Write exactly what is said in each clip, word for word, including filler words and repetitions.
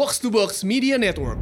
Box to Box Media Network.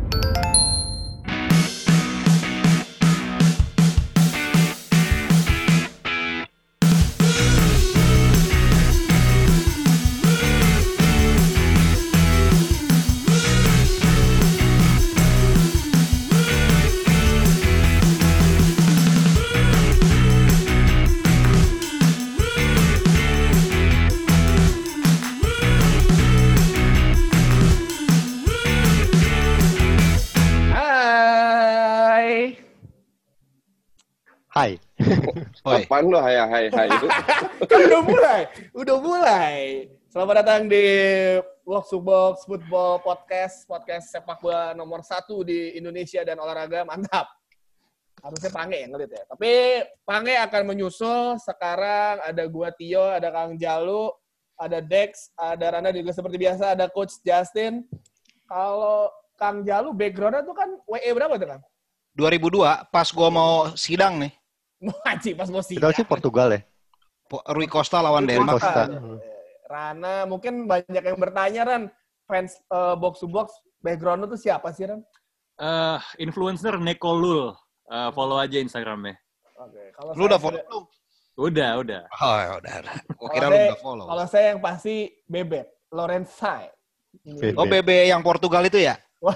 Hai. Apaan lo hai hai hai itu? Kan udah mulai, udah mulai. Selamat datang di Box to Box Football Podcast, podcast sepak bola nomor satu di Indonesia dan olahraga. Mantap. Harusnya Pange yang ngelit ya. Tapi Pange akan menyusul. Sekarang ada gua Tio, ada Kang Jalu, ada Dex, ada Rana juga seperti biasa, ada Coach Justin. Kalau Kang Jalu background-nya tuh kan W E berapa tuh Kang? dua ribu dua pas gua mau sidang nih. Wajib pas mau Itu sih Portugal ya? Rui Costa lawan Rui Denmark. Costa. Rana, mungkin banyak yang bertanya, Ran. Fans uh, box to box, background tuh siapa sih, Ran? Uh, influencer Neko Lul. Uh, follow aja Instagramnya. Oke. Kalau Lu udah follow belum? Udah, udah. Oh, ya udah. Gua kira kalau lu saya, udah follow. Kalau saya yang pasti Bebet, Lorenzai. Oh, B B yang Portugal itu ya? Wah.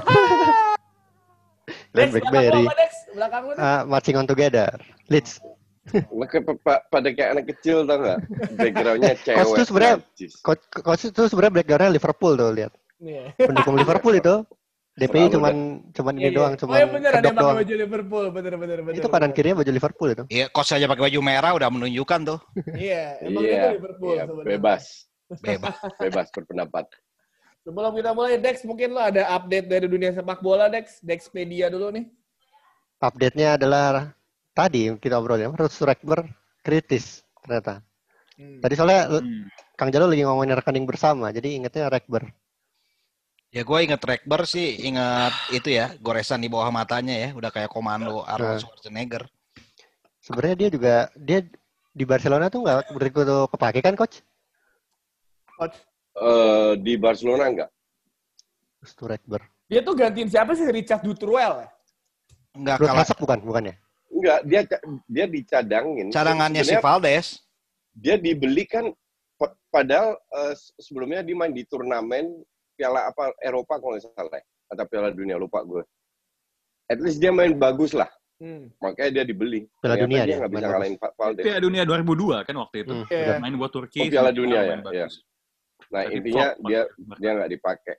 Dan Dex, belakang Blackberry. lu apa, Dex? Belakang lu nih. Uh, marching on together. Leeds. Mereka pada kayak anak kecil tau nggak? Backgroundnya cewek. Coach tuh sebenarnya, najis. coach, coach itu sebenarnya backgroundnya Liverpool tuh, lihat. Nih. Pendukung Liverpool itu. D P I Selalu cuman cuman ini Iya, doang, iya. cuman Oh, iya bener, ada kedok yang pakai doang. baju Liverpool. Bener, bener, bener. Itu kanan bener. kirinya baju Liverpool itu. Iya, coach aja pakai baju merah udah menunjukkan tuh. Iya, emang Iya, itu Liverpool iya, sebenarnya. bebas, Bebas. bebas berpendapat. Sebelum kita mulai, Dex, mungkin lo ada update dari dunia sepak bola, Dex. Dexpedia dulu nih. Update-nya adalah tadi kita obrolin, Ruth Rekber kritis ternyata. Hmm. Tadi soalnya Hmm. Kang Jalo lagi ngomongin rekening bersama, jadi ingetnya Rekber. Ya gue inget Rekber sih, inget itu ya, goresan di bawah matanya ya, udah kayak komando Arnold Schwarzenegger. Sebenarnya dia juga dia di Barcelona tuh nggak begitu kepake kan, coach? Coach. Eh, di Barcelona enggak? Ruth Rekber. Dia tuh gantiin siapa sih? Richard Dutruel ya? Enggak Ruth kalah. Hasak bukan, bukannya? Enggak, dia dia dicadangin. Cadangannya si Sebenarnya Valdes. dia dibeli kan pa- padahal eh, sebelumnya dia main di turnamen Piala apa Eropa kalau nggak salah ya. Atau Piala Dunia lupa gue. At least dia main bagus lah. Hmm. Makanya dia dibeli. Piala Ternyata Dunia dia dia, nggak bisa main ngalahin Val- Valdes. Piala Dunia dua ribu dua kan waktu itu. Hmm, Iya. Main buat Turki. Oh, Piala sama Dunia main ya, bagus. iya. Nah, Tapi intinya flop, dia Barca. dia nggak dipakai.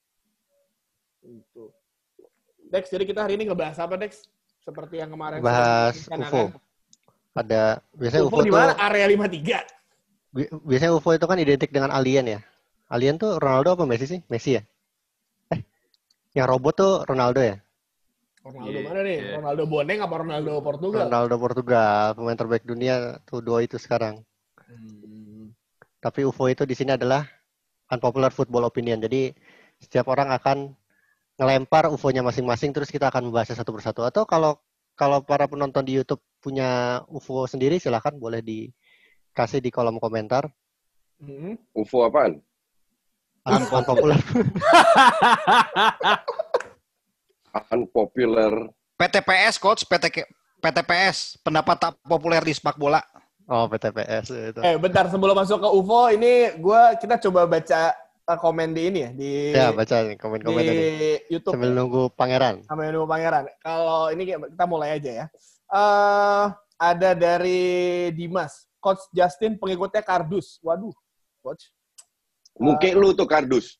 Gitu. Dex, jadi kita hari ini ngebahas apa, Dex? Seperti yang kemarin. Bahas sudah U F O. direncanakan. Ada biasanya U U F O F O di tuh mana? Area lima puluh tiga. bi- biasanya U F O itu kan identik dengan alien ya. Alien tuh Ronaldo apa Messi sih? Messi ya? Eh, yang robot tuh Ronaldo ya? Ronaldo Iya, mana nih? iya. Ronaldo Boneng apa Ronaldo Portugal? Ronaldo Portugal, pemain terbaik dunia tuh dua itu sekarang. Hmm. Tapi U F O itu di sini adalah unpopular football opinion. Jadi setiap orang akan ngelempar U F O-nya masing-masing, terus kita akan membahasnya satu persatu. Atau kalau kalau para penonton di YouTube punya U F O sendiri, silahkan boleh dikasih di kolom komentar. Hmm. U F O apaan? Un- Unpopular. Unpopular. P T P S coach, P T K P T P S, pendapat tak populer di sepak bola. Oh, P T P S itu. Eh, bentar sebelum masuk ke U F O, ini gua kita coba baca uh, komen di ini ya di Ya, baca nih komen-komen di tadi. YouTube. Sambil ya. nunggu pangeran. Sama yang nunggu pangeran. Kalau ini kita mulai aja ya. Eh ada dari Dimas, Coach Justin pengikutnya kardus. Waduh, Coach. Muke lu tuh kardus.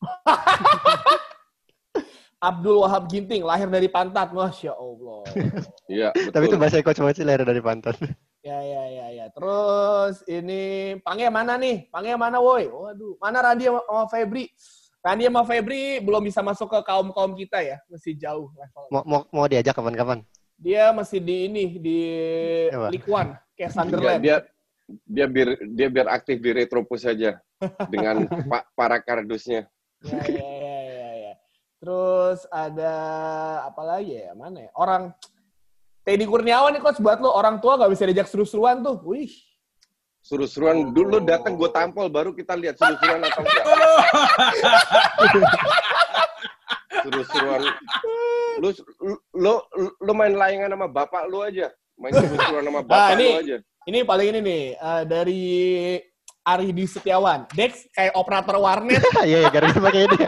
Abdul Wahab Ginting, lahir dari pantat. Masya Allah. Iya, Tapi itu betul. bahasa coach banget sih, lahir dari pantat. Ya, ya, ya, ya. Terus ini Pange mana nih? Pange mana, woi? Waduh, mana Randy sama sama Febri? Randy sama Febri belum bisa masuk ke kaum-kaum kita ya. Masih jauh levelnya. Mau mau, mau diajak kapan-kapan? Dia masih di ini, di Apa? League One. Kayak Enggak, Sunderland. dia dia biar dia biar aktif di Retropus saja dengan pa, para kardusnya. Ya, ya, ya, ya, ya. Terus ada apa lagi ya? Mana ya? Orang Teddy Kurniawan nih coach buat lo, orang tua gak bisa diajak seru-seruan tuh. Wih. Seru-seruan dulu datang gue tampol baru kita lihat seru-seruan atau enggak. seru-seruan. Lu, lu, lu main layangan sama bapak lu aja. Main seru-seruan sama bapak Nah, ini, lu aja. Ini paling ini nih, uh, dari Aridi Setiawan. Dex kayak operator warnet. Iya, ya, gara-gara pakai ini.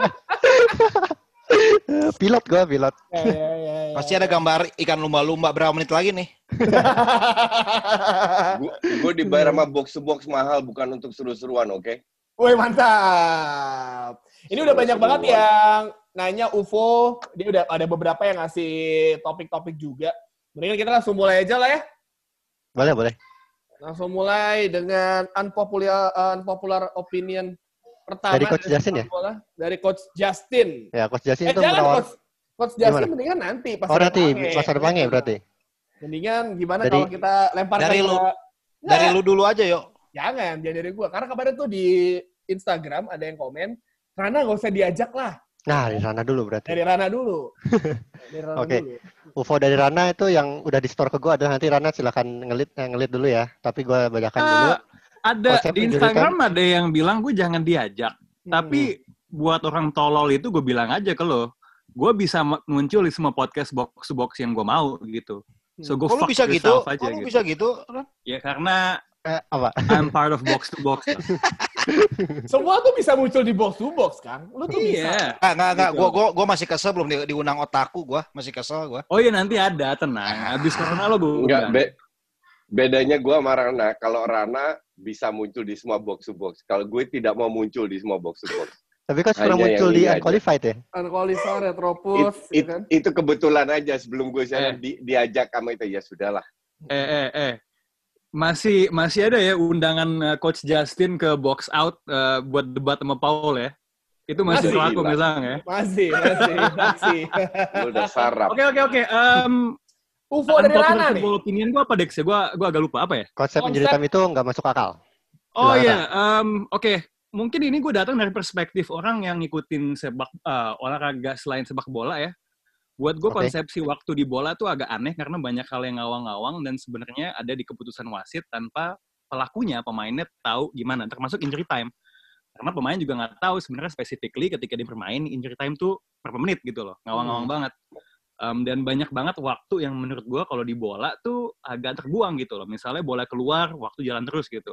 Pilot gue, pilot. Ya, ya, ya, ya. Pasti ada gambar ikan lumba-lumba berapa menit lagi nih. Gue dibayar sama box-to-box mahal, bukan untuk seru-seruan, oke? Okay? Woi, mantap. Ini udah banyak banget yang nanya U F O. Dia udah ada beberapa yang ngasih topik-topik juga. Mendingan kita langsung mulai aja lah ya. Boleh, boleh. Langsung mulai dengan unpopular, unpopular opinion pertama. Dari Coach Justin ya? Bola. Dari Coach Justin. Ya, Coach Justin eh, itu jangan merawat... Coach, Coach Justin Gimana? mendingan nanti. Pas Oh, nanti. Pange. Pas ada Pange berarti. Mendingan gimana Dari- kalau kita lempar Dari ke... lu. Nggak, Dari lu dulu aja, yuk. Jangan, jangan dari gua. Karena kemarin tuh di Instagram ada yang komen, Rana nggak usah diajak lah. Nah, di sana dulu berarti. Dari Rana dulu. Dari Rana Oke. dulu. U F O dari Rana itu yang udah di store ke gue adalah nanti Rana silakan ngelit eh, ngelit dulu ya. Tapi gue bacakan dulu. Ah, ada Konsep di injury Instagram ada yang bilang gue jangan diajak. Hmm. Tapi buat orang tolol itu gue bilang aja ke lo, gue bisa m- muncul di semua podcast box to box yang gue mau gitu. So go Kok lu fuck bisa gitu? yourself aja Kok lu gitu. bisa gitu? Ya karena Eh, apa? I'm part of box to box. Semua tuh bisa muncul di box to box, Kang. Lu tuh bisa. Iya. Enggak, enggak, enggak. Gitu. Gua, gua, gua masih kesel belum di, diundang otaku gua. Masih kesel gua. Oh iya nanti ada, tenang. Abis corona lo gue Enggak, be- bedanya gue sama Rana. Kalau Rana bisa muncul di semua box to box. Kalau gue tidak mau muncul di semua box to box. Tapi kan Hanya pernah muncul yang di ini aja. unqualified ya? Unqualified, It, Retropus, ya it- kan? itu kebetulan aja sebelum gue sana Eh. di, diajak sama itu. Ya sudahlah. Eh, eh, eh. Masih masih ada ya undangan uh, Coach Justin ke box out uh, buat debat sama Paul ya. Itu masih Masih, laku gila. misalnya ya. Masih, masih, masih. Lu udah sarap. Oke oke oke. Um, U F O dari Rana nih. opinion gue apa Dex ya? Gue gue agak lupa apa ya? Konsep Konsep- injury time itu nggak masuk akal. Oh Silakan. iya, um, oke. Mungkin ini gue datang dari perspektif orang yang ngikutin sepak uh, olahraga selain sepak bola ya. Buat gue Oke. konsepsi waktu di bola tuh agak aneh karena banyak hal yang ngawang-ngawang dan sebenarnya ada di keputusan wasit tanpa pelakunya, pemainnya tahu gimana. Termasuk injury time. Karena pemain juga nggak tahu sebenarnya specifically ketika dia bermain injury time tuh berapa menit gitu loh. Ngawang-ngawang banget. Um, dan banyak banget waktu yang menurut gue kalau di bola tuh agak terbuang gitu loh. Misalnya bola keluar, waktu jalan terus gitu.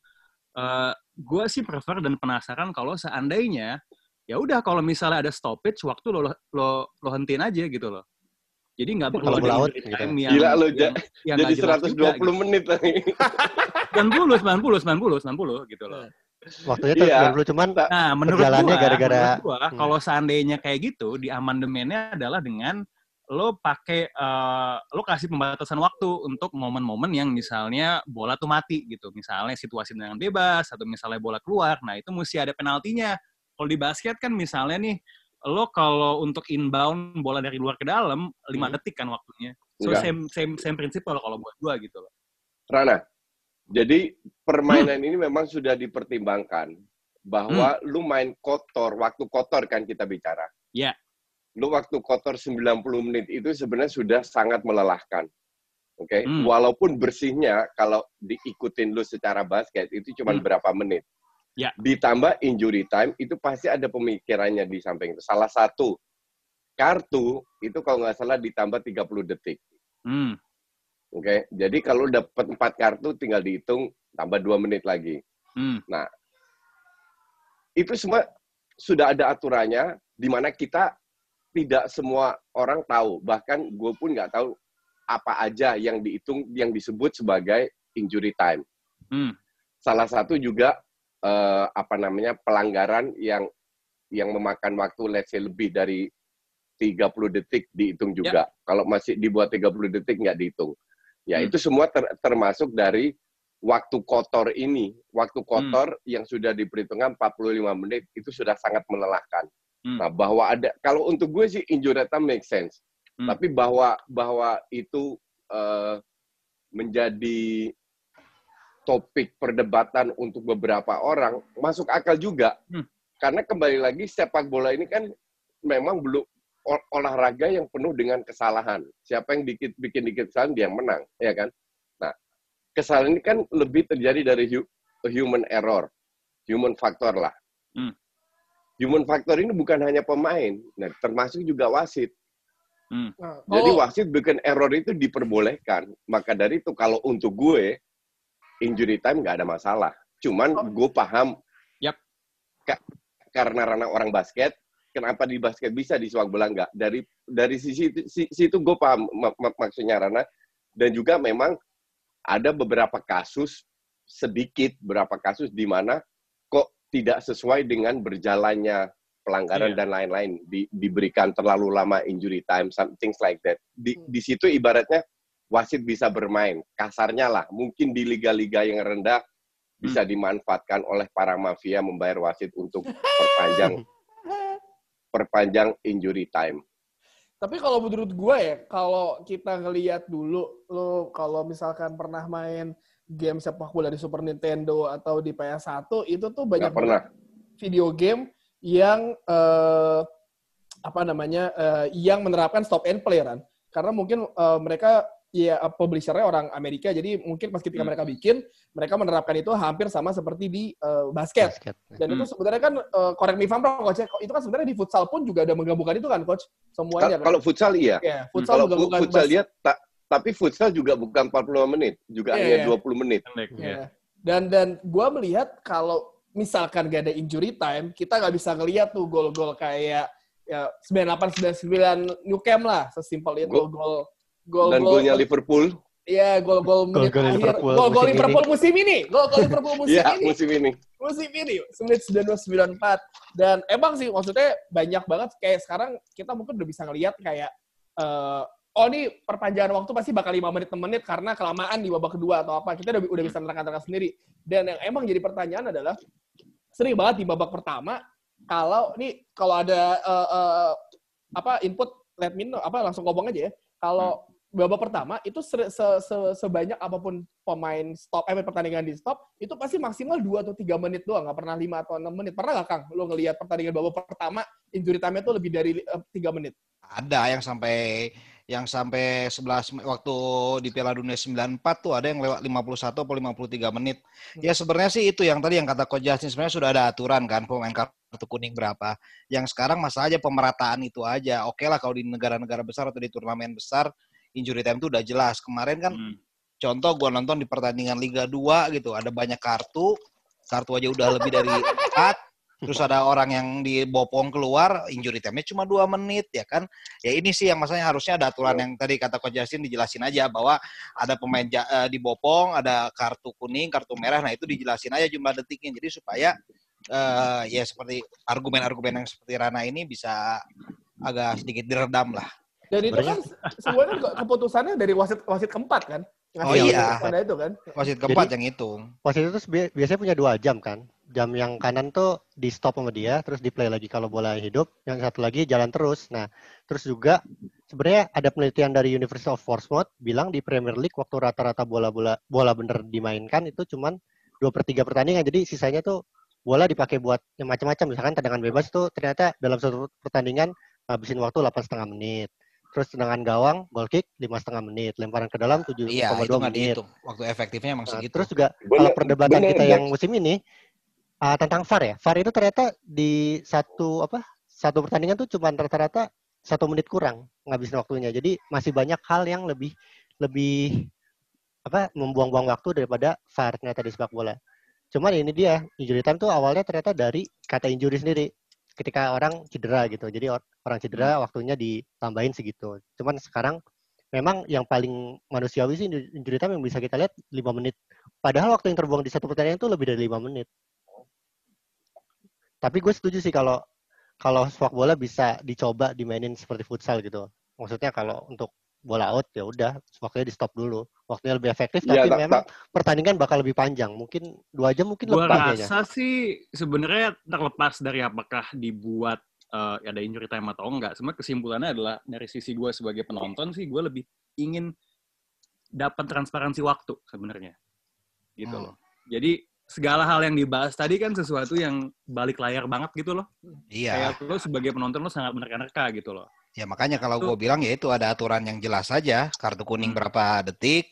Uh, gue sih prefer dan penasaran kalau seandainya ya udah kalau misalnya ada stoppage waktu lo lo lo hentiin aja gitu loh. Jadi nggak perlu Kalau ada laut, injury gitu. time yang Gila lo, yang, Ja- yang Jadi nggak jelas seratus dua puluh juga, menit lagi. gitu. sembilan puluh, sembilan puluh, sembilan puluh, sembilan puluh gitu loh. Waktunya tuh Iya. sembilan puluh cuman Nah, menurut Perjalanannya gua, gara-gara- menurut gua Hmm. kalau seandainya kayak gitu, di amandemennya adalah dengan lo pakai, eh, lo kasih pembatasan waktu untuk momen-momen yang misalnya bola tuh mati gitu. Misalnya situasi dengan bebas, atau misalnya bola keluar, nah itu mesti ada penaltinya. Kalau di basket kan misalnya nih, lo kalau untuk inbound bola dari luar ke dalam, lima Hmm. detik kan waktunya. So, Enggak. same, same, same prinsipal kalau buat gua gitu loh. Rana, jadi permainan ini memang sudah dipertimbangkan bahwa lu main kotor, waktu kotor kan kita bicara. Ya. Lu waktu kotor sembilan puluh menit itu sebenarnya sudah sangat melelahkan. Oke, Hmm. walaupun bersihnya kalau diikutin lu secara basket itu cuma Hmm. berapa menit. Ya. Ditambah injury time itu pasti ada pemikirannya di samping itu. Salah satu kartu itu kalau nggak salah ditambah tiga puluh detik. Hmm. Oke, jadi kalau dapat empat kartu tinggal dihitung tambah dua menit lagi. Hmm. Nah, itu semua sudah ada aturannya di mana kita tidak semua orang tahu. Bahkan gue pun nggak tahu apa aja yang dihitung, yang disebut sebagai injury time. Hmm. Salah satu juga eh, apa namanya pelanggaran yang yang memakan waktu let's say lebih dari tiga puluh detik dihitung juga. Kalau masih dibuat tiga puluh detik nggak dihitung. Ya Hmm. itu semua ter- termasuk dari waktu kotor ini. Waktu kotor yang sudah diperhitungkan empat puluh lima menit itu sudah sangat melelahkan. Hmm. Nah, bahwa ada kalau untuk gue sih injury time make sense. Hmm. Tapi bahwa bahwa itu eh, menjadi topik perdebatan untuk beberapa orang masuk akal juga. Hmm. Karena kembali lagi sepak bola ini kan memang belum ol- olahraga yang penuh dengan kesalahan. Siapa yang dikit bikin dikit kesalahan dia yang menang, ya kan? Nah, kesalahan ini kan lebih terjadi dari hu- human error, human factor lah. Hmm. human factor ini bukan hanya pemain, nah termasuk juga wasit. Hmm. Nah, Jadi kalau- wasit bikin error itu diperbolehkan. Maka dari itu kalau untuk gue injury time nggak ada masalah. Cuman Oh. gue paham Yap. ka- karena ranah orang basket, kenapa di basket bisa di sepak bola nggak? Dari dari sisi si- situ gue paham mak- mak- maksudnya Rana. Dan juga memang ada beberapa kasus sedikit beberapa kasus di mana kok tidak sesuai dengan berjalannya pelanggaran Iya. dan lain-lain, di, diberikan terlalu lama injury time, some things like that. Di, Hmm. di situ ibaratnya wasit bisa bermain, kasarnya lah. Mungkin di liga-liga yang rendah bisa dimanfaatkan oleh para mafia membayar wasit untuk perpanjang perpanjang injury time. Tapi kalau menurut gue ya, kalau kita ngelihat dulu, lo kalau misalkan pernah main game sepak bola di Super Nintendo atau di P S satu, itu tuh banyak Nggak pernah. banget video game yang eh, apa namanya, eh, yang menerapkan stop and play, kan? Karena mungkin eh, mereka ya publisher-nya orang Amerika, jadi mungkin pas ketika Hmm. mereka bikin, mereka menerapkan itu hampir sama seperti di eh, basket. Basket. Dan itu Hmm. sebenarnya kan, uh, correct me if I'm wrong, Coach, ya, itu kan sebenarnya di futsal pun juga ada menggabungkan itu kan, Coach? Semuanya kan? Kalau futsal iya. Ya, futsal Kalau menggabungkan futsal bas- dia ta- tapi futsal juga bukan empat puluh lima menit, juga Iya, hanya iya. dua puluh menit. Pendek. Ya. Ya. Dan dan gue melihat kalau misalkan gak ada injury time, kita nggak bisa ngelihat tuh gol-gol kayak ya sembilan delapan sembilan sembilan New Camp lah, sesimpel itu Gol- gol gol Dan gol golnya Liverpool, Iya, gol-gol menit Gol-gol akhir. Liverpool Gol-gol musim Liverpool musim ini. Gol-gol Liverpool musim iya ini. musim ini. musim ini menit sembilan belas sembilan puluh empat. Dan emang sih maksudnya banyak banget kayak sekarang kita mungkin udah bisa ngelihat kayak eh, oh ini perpanjangan waktu pasti bakal lima menit enam menit karena kelamaan di babak kedua atau apa. Kita udah udah bisa menerka-nerka sendiri. Dan yang emang jadi pertanyaan adalah sering banget di babak pertama kalau ini kalau ada eh, eh, apa input let me know apa langsung ngomong aja ya. Kalau babak pertama itu se- se- se- sebanyak apapun pemain stop eh pertandingan di stop itu pasti maksimal dua atau tiga menit doang, nggak pernah lima atau enam menit. Pernah nggak Kang lo ngelihat pertandingan babak pertama injury time-nya itu lebih dari uh, tiga menit? Ada yang sampai yang sampai sebelas waktu di Piala Dunia sembilan puluh empat tuh ada yang lewat lima puluh satu atau lima puluh tiga menit. Ya sebenarnya sih itu yang tadi yang kata Coach Justin, sebenarnya sudah ada aturan kan pemain kartu kuning berapa. Yang sekarang masalah aja pemerataan itu aja. Oke lah kalau di negara-negara besar atau di turnamen besar injury time itu udah jelas. Kemarin kan Hmm. contoh gue nonton di pertandingan Liga dua gitu, ada banyak kartu, kartu aja udah lebih dari empat, terus ada orang yang dibopong keluar, injury time-nya cuma dua menit, ya kan? Ya ini sih yang maksudnya harusnya ada aturan yang tadi kata Coach Justin dijelasin aja, bahwa ada pemain ja- eh, dibopong, ada kartu kuning, kartu merah, nah itu dijelasin aja jumlah detiknya, jadi supaya eh, ya seperti argumen-argumen yang seperti Rana ini bisa agak sedikit diredam lah. Dan itu kan semuanya kan keputusannya dari wasit wasit keempat kan? Oh iya. Pada itu kan? Wasit keempat Jadi- yang hitung. Wasit itu bi- biasanya punya dua jam kan. Jam yang kanan tuh di stop sama dia, terus di play lagi kalau bola hidup. Yang satu lagi jalan terus. Nah, terus juga sebenarnya ada penelitian dari University of Portsmouth bilang di Premier League waktu rata-rata bola-bola bola bener dimainkan itu cuman dua per tiga pertandingan. Jadi sisanya tuh bola dipakai buat yang macam-macam. Misalkan tendangan bebas tuh ternyata dalam satu pertandingan habisin waktu delapan setengah menit. Terus tendangan gawang, goal kick lima setengah menit, lemparan ke dalam tujuh Iya, koma itu dua nggak menit. dihitung. Waktu efektifnya emang Nah, segitu. terus juga Bener- kalau perdebatan bener, kita Dex. yang musim ini uh, tentang V A R ya. V A R itu ternyata di satu apa? Satu pertandingan tuh cuma rata-rata satu menit kurang ngabisin waktunya. Jadi masih banyak hal yang lebih lebih apa membuang-buang waktu daripada V A R ternyata di sepak bola. Cuman ini dia injury time tuh awalnya ternyata dari kata injury sendiri. Ketika orang cedera gitu. Jadi or- orang cedera waktunya ditambahin segitu. Cuman sekarang memang yang paling manusiawi sih injury time yang bisa kita lihat lima menit. Padahal waktu yang terbuang di satu pertandingan itu lebih dari lima menit. Tapi gue setuju sih kalau kalau sepak bola bisa dicoba dimainin seperti futsal gitu. Maksudnya kalau untuk bola out ya udah waktunya di stop dulu. Waktunya lebih efektif Iya, tapi tak- memang pertandingan bakal lebih panjang. Mungkin dua jam mungkin Gua lebih kayaknya. rasa sih sebenarnya terlepas dari apakah dibuat eh, ada injury time atau enggak. Sebenarnya kesimpulannya adalah dari sisi gue sebagai penonton sih gue lebih ingin dapat transparansi waktu sebenarnya. Gitu Hmm. loh. Jadi segala hal yang dibahas tadi kan sesuatu yang balik layar banget gitu loh. Iya. Kayak lo sebagai penonton lo sangat menerka-nerka gitu loh. Ya makanya kalau Itu- gue bilang ya itu ada aturan yang jelas saja. Kartu kuning Hmm. berapa detik,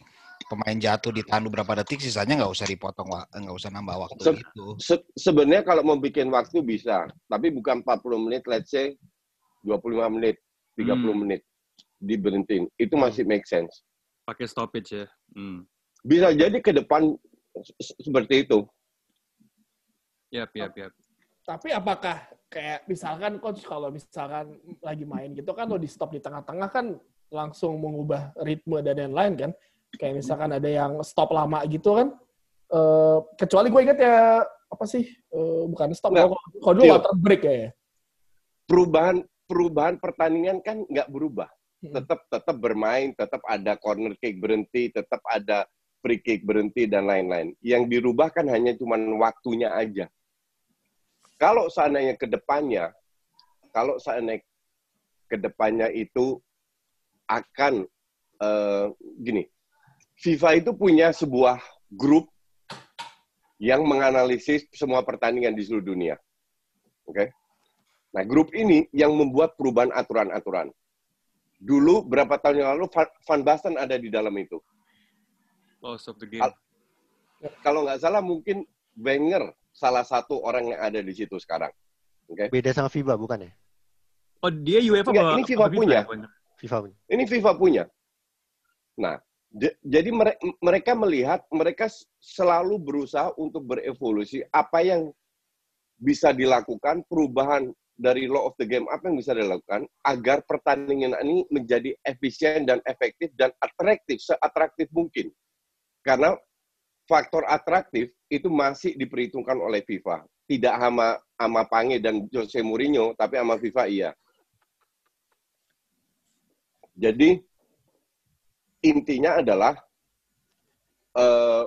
pemain jatuh ditahan beberapa detik, sisanya nggak usah dipotong, nggak usah nambah waktu Se- gitu. Se- sebenarnya kalau mau bikin waktu bisa, tapi bukan empat puluh menit, let's say dua puluh lima menit, tiga puluh Hmm. menit diberhentiin. Itu masih make sense. Pakai stoppage ya. Hmm. Bisa jadi ke depan se- seperti itu. Yap, yap, yap. Tapi apakah kayak misalkan coach kalau misalkan lagi main gitu kan lo di stop di tengah-tengah kan langsung mengubah ritme dan lain-lain kan. Kayak misalkan ada yang stop lama gitu kan. Eh, kecuali gue inget ya apa sih? Eh, bukan stop. Nggak. Kalau kalau dulu Iya. water break ya. Perubahan perubahan pertandingan kan nggak berubah. Hmm. Tetap tetap bermain, tetap ada corner kick berhenti, tetap ada free kick berhenti dan lain-lain. Yang dirubah kan hanya cuma waktunya aja. Kalau seandainya ke depannya, kalau seandainya ke depannya itu akan eh, gini, FIFA itu punya sebuah grup yang menganalisis semua pertandingan di seluruh dunia. Oke? Okay? Nah, grup ini yang membuat perubahan aturan-aturan. Dulu, berapa tahun yang lalu, Van Basten ada di dalam itu. Loss of the game. Al- Kalau nggak salah, mungkin Wenger salah satu orang yang ada di situ sekarang. Oke? Okay? Beda sama FIBA bukan ya? Oh, dia UEFA Enggak, apa? ini FIFA apa punya. ya? FIFA punya. Ini FIFA punya. Nah, j- jadi mere- mereka melihat, mereka selalu berusaha untuk berevolusi apa yang bisa dilakukan, perubahan dari law of the game, apa yang bisa dilakukan agar pertandingan ini menjadi efisien dan efektif dan atraktif, seatraktif mungkin. Karena faktor atraktif itu masih diperhitungkan oleh FIFA. Tidak sama sama Pange dan Jose Mourinho, tapi sama FIFA iya. Jadi intinya adalah eh,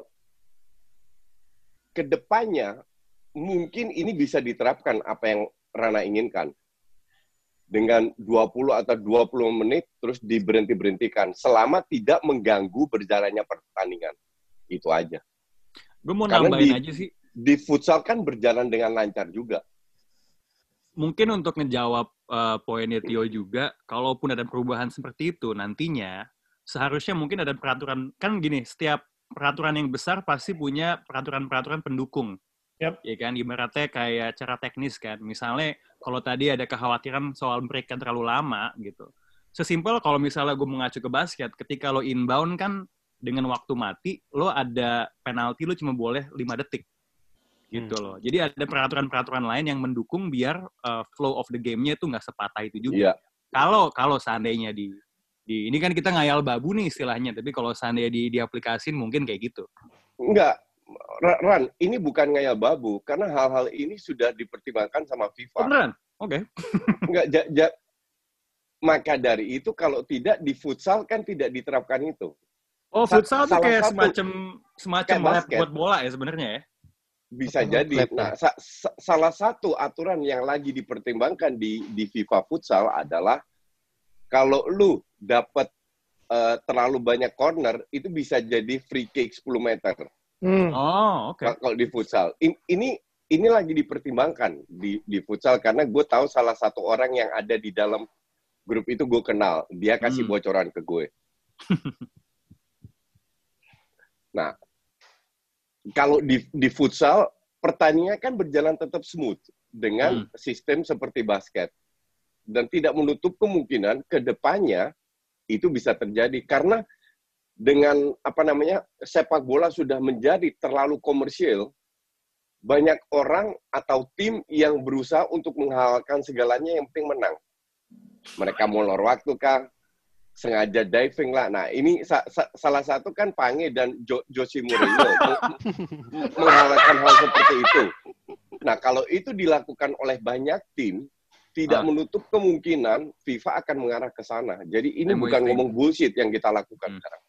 kedepannya mungkin ini bisa diterapkan apa yang Rana inginkan. Dengan dua puluh atau dua puluh menit terus diberhenti-berhentikan selama tidak mengganggu berjalannya pertandingan. Itu aja. Gue mau Karena nambahin di- aja sih. Di futsal kan berjalan dengan lancar juga. Mungkin untuk ngejawab uh, poinnya Tio juga, kalaupun ada perubahan seperti itu nantinya, seharusnya mungkin ada peraturan, kan gini, setiap peraturan yang besar pasti punya peraturan-peraturan pendukung. Yap. Ya kan, ibaratnya kayak cara teknis kan. Misalnya, kalau tadi ada kekhawatiran soal break yang terlalu lama gitu. Sesimpel kalau misalnya gue mengacu ke basket, ketika lo inbound kan dengan waktu mati, lo ada penalti lo cuma boleh lima detik. Gitu loh. Jadi ada peraturan-peraturan lain yang mendukung biar uh, flow of the game-nya itu nggak sepatah itu juga. Iya. Kalau kalau seandainya di, di ini kan kita ngayal babu nih istilahnya, tapi kalau seandainya di diaplikasin mungkin kayak gitu. Enggak, Ran, ini bukan ngayal babu karena hal-hal ini sudah dipertimbangkan sama Oh, FIFA. beneran? Oke. Enggak, ja, ja, maka dari itu kalau tidak di futsal kan tidak diterapkan itu. Oh, Sa- futsal tuh salah kayak satu- semacam semacam kayak lab basket. buat bola ya sebenarnya ya. Bisa Atau jadi. klub, Nah, sa- sa- salah satu aturan yang lagi dipertimbangkan di di FIFA futsal adalah kalau lu dapat eh, terlalu banyak corner itu bisa jadi free kick sepuluh meter. Hmm. Oh, oke. Kalau di futsal. In- ini ini lagi dipertimbangkan di di futsal karena gue tahu salah satu orang yang ada di dalam grup itu gue kenal. Dia kasih Hmm. bocoran ke gue. Nah, kalau di di futsal pertandingan kan berjalan tetap smooth dengan Hmm. sistem seperti basket dan tidak menutup kemungkinan ke depannya itu bisa terjadi karena dengan apa namanya sepak bola sudah menjadi terlalu komersial, banyak orang atau tim yang berusaha untuk menghalalkan segalanya yang penting menang. Mereka molor waktu kah? Sengaja diving lah. Nah, ini sa- sa- salah satu kan Pange dan jo- Jose Mourinho menghalalkan hal seperti itu. Nah, kalau itu dilakukan oleh banyak tim, tidak Ah. menutup kemungkinan FIFA akan mengarah ke sana. Jadi ini I'm bukan waiting. ngomong bullshit yang kita lakukan Hmm. sekarang.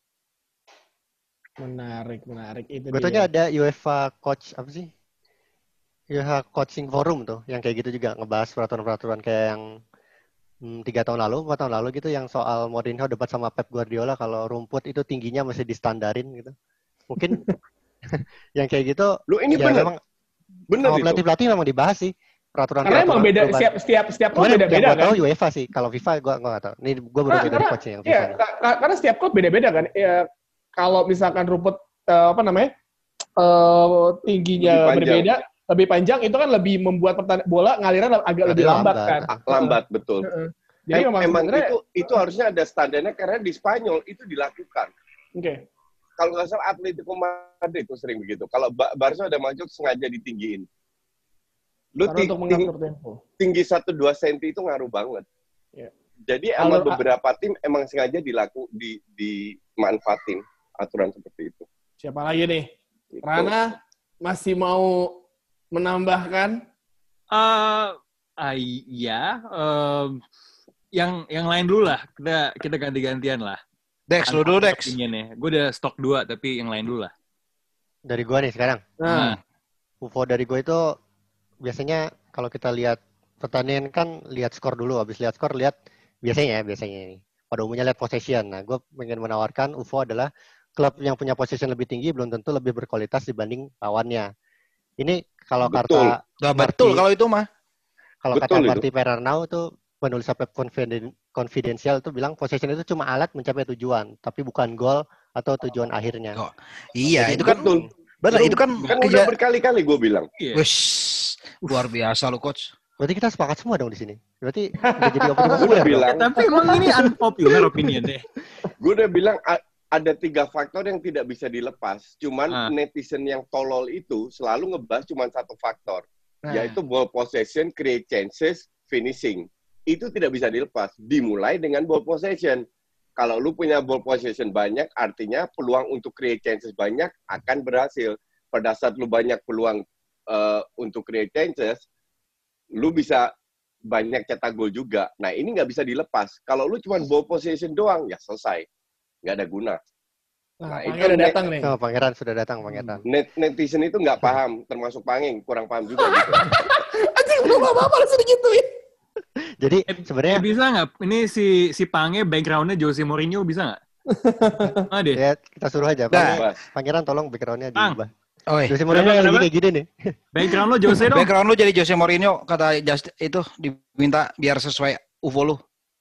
Menarik, menarik. Itu Gue taunya ada UEFA Coach apa sih? UEFA Coaching Forum tuh, yang kayak gitu juga ngebahas peraturan-peraturan kayak yang hmm, tiga tahun lalu, empat tahun lalu gitu, yang soal Mourinho debat sama Pep Guardiola kalau rumput itu tingginya masih distandarin gitu. Mungkin yang kayak gitu, Lu ini ya bener, memang bener sama itu. pelatih-pelatih memang dibahas sih peraturan. Karena emang beda perubahan. setiap setiap setiap klub Cuman yang beda-beda gue kan. tahu UEFA sih, kalau FIFA gue gue nggak tahu. Ini gue baru Karena- dari karena- coachnya yang Iya, FIFA. ka- ka- karena setiap klub beda-beda kan. Ya, kalau misalkan rumput uh, apa namanya uh, tingginya Lebih panjang. berbeda, lebih panjang itu kan lebih membuat pertan- bola ngaliran agak lebih lambat, lambat. kan. Ah, lambat, betul. Uh-uh. Jadi Em- memang, emang sebenarnya- itu itu harusnya ada standarnya karena di Spanyol itu dilakukan. Oke. Okay. Kalau nggak salah Atletico Madrid itu sering begitu. Kalau Ba- Barca ada masuk sengaja ditinggiin. Lu Karena ti- untuk ting- mengatur tempo. tinggi satu dua senti itu ngaruh banget. Ya. Jadi emang Kalau- beberapa tim emang sengaja dilaku di dimanfaatin aturan seperti itu. Siapa lagi nih? Gitu. Rana masih mau menambahkan? Eh, ah, iya, em, yang yang lain dulu lah. Kita kita ganti-gantian lah. Dex, lu dulu Dex. Opinionnya. Gue udah stok dua, tapi yang lain dulu lah. Dari gua nih sekarang. Nah, U F O dari gue itu biasanya kalau kita lihat pertandingan kan lihat skor dulu, habis lihat skor lihat biasanya ya biasanya ini pada umumnya lihat possession. Nah, gue pengen menawarkan U F O adalah klub yang punya possession lebih tinggi belum tentu lebih berkualitas dibanding lawannya. Ini kalau Betul. kata Gak Marti- betul kalau itu mah. kalau Betul kata itu. Marty Perarnau tuh penulis Pep Confiden- Confidential itu bilang possession itu cuma alat mencapai tujuan, tapi bukan gol atau tujuan akhirnya. Oh, iya, Jadi itu kan Betul. benar, itu kan Kan udah keja- berkali-kali gue bilang. Iya. Wish, luar biasa lu coach. Berarti kita sepakat semua dong di sini. Berarti udah jadi opini Gue udah populer dong. bilang, Eh, tapi emang ini unpopular opinion deh. gue udah bilang a- ada tiga faktor yang tidak bisa dilepas. Cuman Ah. netizen yang tolol itu selalu ngebahas cuma satu faktor, nah. yaitu ball possession, create chances, finishing. Itu tidak bisa dilepas. Dimulai dengan ball possession. Kalau lu punya ball possession banyak, artinya peluang untuk create chances banyak akan berhasil. Pada saat lu banyak peluang uh, untuk create chances, lu bisa banyak cetak gol juga. Nah, ini nggak bisa dilepas. Kalau lu cuma ball possession doang, ya selesai. Nggak ada guna. Nah, Nah, Pange itu udah net- datang nih. Oh, Pangeran sudah datang, Pangeran. Net, netizen itu nggak paham, termasuk Panging, kurang paham juga gitu. Anjing, belum apa-apa langsung digituin. Jadi Eh, sebenarnya Eh, bisa nggak? Ini si si Pange background-nya Jose Mourinho bisa nggak? Ah deh. ya kita suruh aja. Nah. Pange- Bas. Pangeran tolong backgroundnya Bang. diubah. Oi, Jose Mourinho Kenapa, lagi kenapa? kayak gini nih. Background lo Jose dong. background lu jadi Jose Mourinho kata Just itu diminta biar sesuai U F O lu.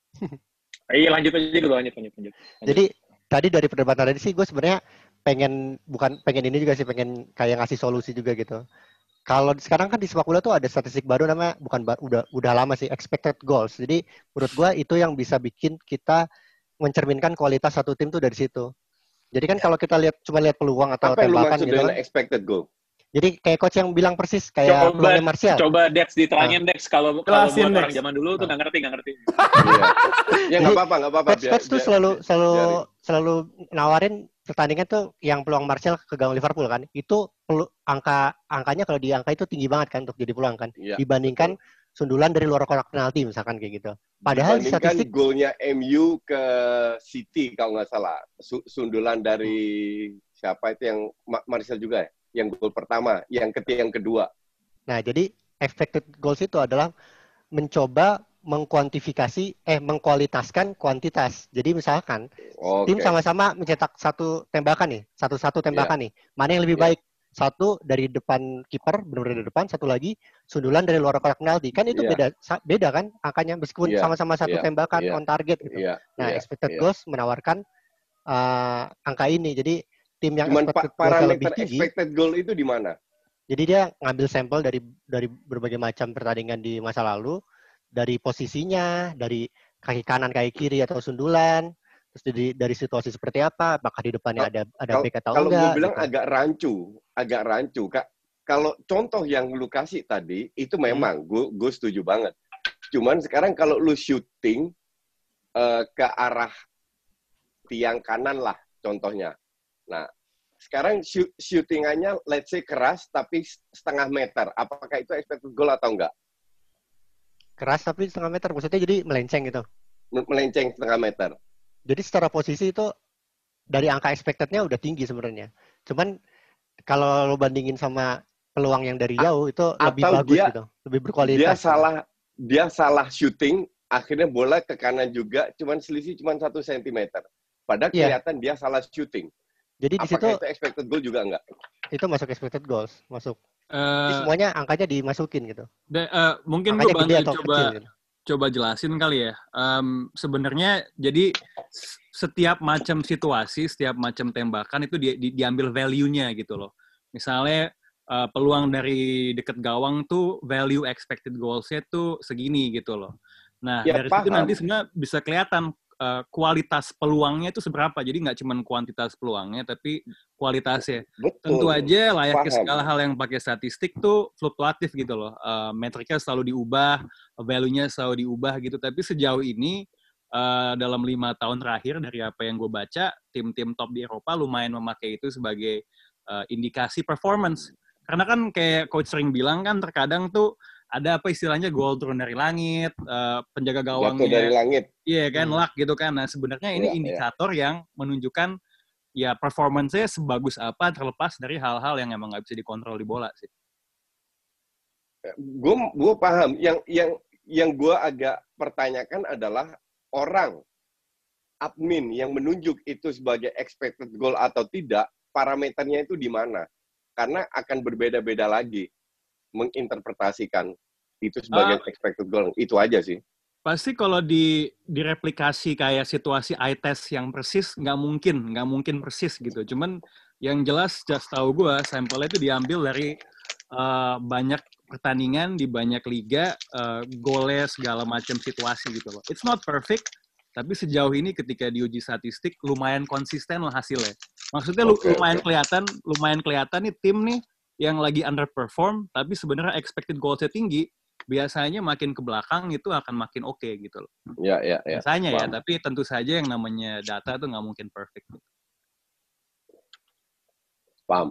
Iya lanjut aja dulu, lanjut, lanjut, lanjut. Jadi tadi dari perdebatan tadi sih gue sebenarnya pengen bukan pengen ini juga sih pengen kayak ngasih solusi juga gitu. Kalau sekarang kan di sepak bola tuh ada statistik baru namanya bukan ba- udah udah lama sih expected goals. Jadi menurut gue itu yang bisa bikin kita mencerminkan kualitas satu tim tuh dari situ. Jadi kan kalau kita lihat cuma lihat peluang atau Apa yang lu tembakan maksud gitu dengan kan. expected goal? Jadi kayak coach yang bilang persis kayak Coba, peluangnya Martial. coba Dex diterangin Dex kalau kalau Jelasin, buat Dex. orang zaman dulu tuh nggak ngerti, nggak ngerti. Iya. Ya nggak apa-apa, nggak apa-apa. Coach, coach tuh biar- selalu selalu biarin. selalu nawarin pertandingan tuh yang peluang Martial ke gawang Liverpool kan. Itu pelu, angka angkanya kalau di angka itu tinggi banget kan untuk jadi peluang kan. Iya, Dibandingkan sundulan dari luar kotak penalti misalkan kayak gitu. Padahal di Dibandingkan statistik golnya M U ke City kalau nggak salah. Su- sundulan dari siapa itu yang Ma- Martial juga ya? Yang gol pertama, yang ketiga, yang kedua. nah jadi expected goals itu adalah mencoba mengkuantifikasi eh mengkualitaskan kuantitas. Jadi misalkan Oke. tim sama-sama mencetak satu tembakan nih, satu-satu tembakan nih. Mana yang lebih Iya. baik? Satu dari depan kiper, benar-benar dari depan, satu lagi sundulan dari luar kotak penalti. Kan itu Iya. beda sa- beda kan angkanya meskipun Iya, sama-sama satu iya, tembakan iya, on target gitu. Iya. Nah, iya, expected iya. goals menawarkan uh, angka ini. Jadi tim yang Cuman pa- expected goals lebih parameter tinggi, expected goal itu di mana? jadi dia ngambil sampel dari dari berbagai macam pertandingan di masa lalu, dari posisinya, dari kaki kanan, kaki kiri atau sundulan, terus dari dari situasi seperti apa, apakah di depannya ada ada Kal- back atau Kalau gue enggak. bilang gitu. agak rancu, agak rancu, Kak. Kalau contoh yang lu kasih tadi, itu memang gue gue setuju banget. Cuman sekarang kalau lu shooting eh, ke arah tiang kanan lah contohnya. Nah, sekarang shoot, shootingannya let's say keras tapi setengah meter. Apakah itu expected goal atau enggak? Keras tapi setengah meter, maksudnya jadi melenceng gitu. Me- Melenceng setengah meter. Jadi secara posisi itu dari angka expected-nya udah tinggi sebenarnya. Cuman kalau lo bandingin sama peluang yang dari A- jauh itu lebih atau bagus dia- gitu, lebih berkualitas. Dia salah dia salah shooting, akhirnya bola ke kanan juga, cuman selisih cuman satu sentimeter. Padahal Iya. kelihatan dia salah shooting. Jadi di situ Apakah itu expected goal juga enggak? itu masuk expected goals, masuk. Jadi Eh, semuanya angkanya dimasukin gitu. da- eh, mungkin gue Angkanya bantu gede atau coba kecil gitu. coba jelasin kali ya. Um, sebenarnya jadi setiap macam situasi, setiap macam tembakan itu di, di, diambil value-nya gitu loh. Misalnya uh, peluang dari deket gawang tuh value expected goals-nya tuh segini gitu loh. Nah, Ya, dari situ paham. nanti sebenarnya bisa kelihatan uh, kualitas peluangnya itu seberapa. Jadi nggak cuma kuantitas peluangnya, tapi kualitasnya. Betul. Tentu aja layaknya Paham. segala hal yang pakai statistik tuh fluktuatif gitu loh. Uh, metriknya selalu diubah, value-nya selalu diubah gitu. Tapi sejauh ini uh, dalam lima tahun terakhir dari apa yang gue baca, tim-tim top di Eropa lumayan memakai itu sebagai uh, indikasi performance. Karena kan kayak coach sering bilang kan terkadang tuh ada apa istilahnya gol turun dari langit, uh, penjaga gawangnya. Jatuh dari langit. Iya kan, Hmm. luck gitu kan. Nah sebenarnya ini Iya, indikator yang menunjukkan ya performance-nya sebagus apa terlepas dari hal-hal yang emang nggak bisa dikontrol di bola sih. Gue gue paham. Yang yang yang gue agak pertanyakan adalah orang admin yang menunjuk itu sebagai expected goal atau tidak, parameternya itu di mana? Karena akan berbeda-beda lagi menginterpretasikan itu sebagai uh, expected goal. Itu aja sih. Pasti kalau di direplikasi kayak situasi eye test yang persis, nggak mungkin, nggak mungkin persis gitu. Cuman yang jelas, just tahu gue, sampelnya itu diambil dari uh, banyak pertandingan di banyak liga, uh, golnya segala macam situasi gitu loh. It's not perfect, tapi sejauh ini ketika diuji statistik lumayan konsisten lah hasilnya. Maksudnya okay, lumayan okay. kelihatan, lumayan kelihatan nih tim nih yang lagi underperform, tapi sebenarnya expected goals-nya tinggi, biasanya makin ke belakang itu akan makin oke okay, gitu loh. Ya, ya, ya. Biasanya ya, tapi tentu saja yang namanya data itu nggak mungkin perfect. Gitu. Paham.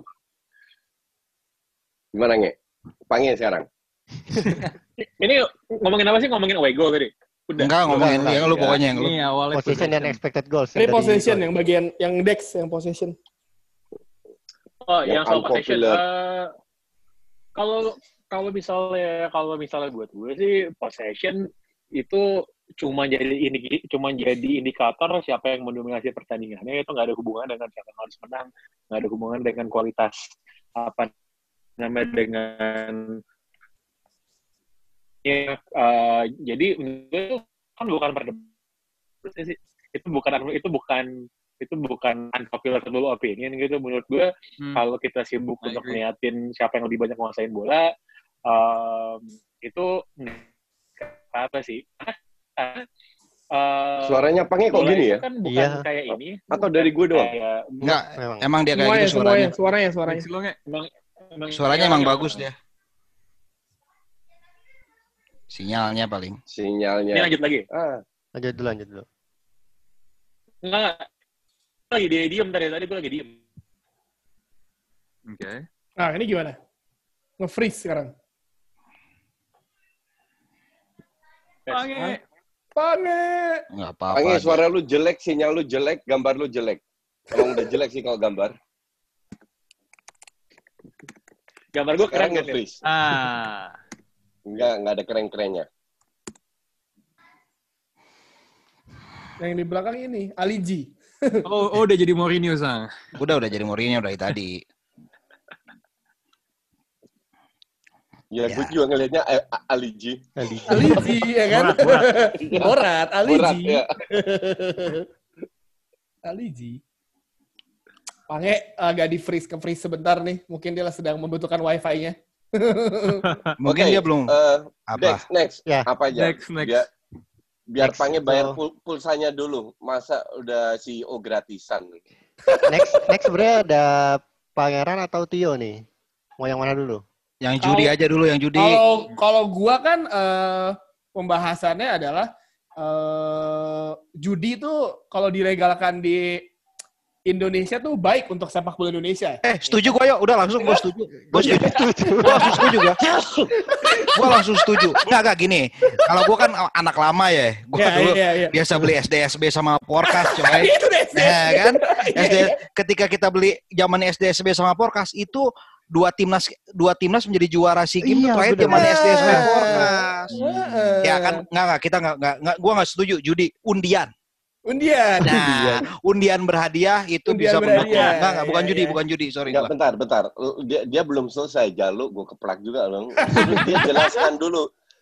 Gimana, Nge? Panggil sekarang. Ini ngomongin apa sih? Ngomongin away goal tadi? Udah. Enggak, ngomongin Udah, yang lu ya. pokoknya yang lu. Ini awalnya Possession dan expected goals. Ini possession yang bagian, yang Dex, yang possession. Oh, yang, yang soal possession. Uh, kalau kalau misalnya kalau misalnya buat gue sih possession itu cuma jadi ini cuma jadi indikator siapa yang mendominasi pertandingannya, itu nggak ada hubungan dengan siapa yang harus menang, nggak ada hubungan dengan kualitas apa namanya dengan ya uh, jadi itu kan bukan perdebatan sih, itu bukan itu bukan itu bukan unpopular opinion gitu menurut gue. Hmm. Kalau kita sibuk I untuk agree. Ngeliatin siapa yang lebih banyak menguasain bola, um, itu apa sih? Uh, Suaranya Pange kok gini ya? Kan bukan iya. Kayak ini. Atau dari gue doang? Kayak, enggak, memang. Emang dia kayak semuanya, gitu suaranya. Suaranya, suaranya. suaranya. Emang, emang, suaranya ya, emang ya, bagus dia. Sinyalnya paling. Sinyalnya. Ini lanjut lagi? Ah. Lanjut dulu, lanjut dulu. Enggak, lagi dia diem tadi, tadi gue lagi diem. Oke. Okay. Nah, ini gimana? Nge-freeze sekarang. Pange. Pange. Enggak apa-apa. Pange, suara lu jelek, sinyal lu jelek, gambar lu jelek. Emang udah jelek sih kalau gambar. Gambar gue keren kan? Ah. Enggak, enggak ada keren-kerennya. Yang di belakang ini, Ali G. oh, oh, udah jadi Mourinho, Sang. Udah, udah jadi Mourinho dari tadi. Ya, ya. gue juga ngelihatnya Ali G. Ali G, ya kan? Borat, Borat, Ali G. Ya. Ali G. Pange agak di freeze, ke freeze sebentar nih. Mungkin dia sedang membutuhkan wifi-nya. Mungkin okay, dia belum. Uh, apa? Next, next. Ya. Apa aja? Next, next. Biar, biar next, Pange bayar so... pul pulsanya dulu. Masa udah C E O gratisan? Next, next sebenarnya ada Pangeran atau Tio nih? Mau yang mana dulu? Yang judi kalo, aja dulu, yang judi. Kalau kalau gua kan uh, pembahasannya adalah uh, judi tuh kalau dilegalkan di Indonesia tuh baik untuk sepak bola Indonesia. Eh, setuju gue yuk. Udah langsung gue setuju. Gue setuju. Gue langsung setuju gue. Gue langsung setuju. Nggak, nggak gini. Kalau gue kan anak lama ya. Gue yeah, dulu yeah, yeah. biasa beli S D S B sama Porkas, coy. Itu S D S B. Nah, kan? S D, ketika kita beli zaman S D S B sama Porkas, itu dua timnas dua timnas menjadi juara SEA Games iya, terakhir zaman S D S B Porkas. Hmm. Ya kan, nggak, nggak. Kita nggak, nggak. Gue nggak setuju. Judi, undian. Undian. Nah, undian berhadiah itu undian bisa mendukung. Enggak, enggak, bukan ya, judi, ya. bukan judi, sorry. Enggak, bentar, bentar. Dia, dia belum selesai, Jalu, gue keplak juga loh. Dia jelaskan dulu.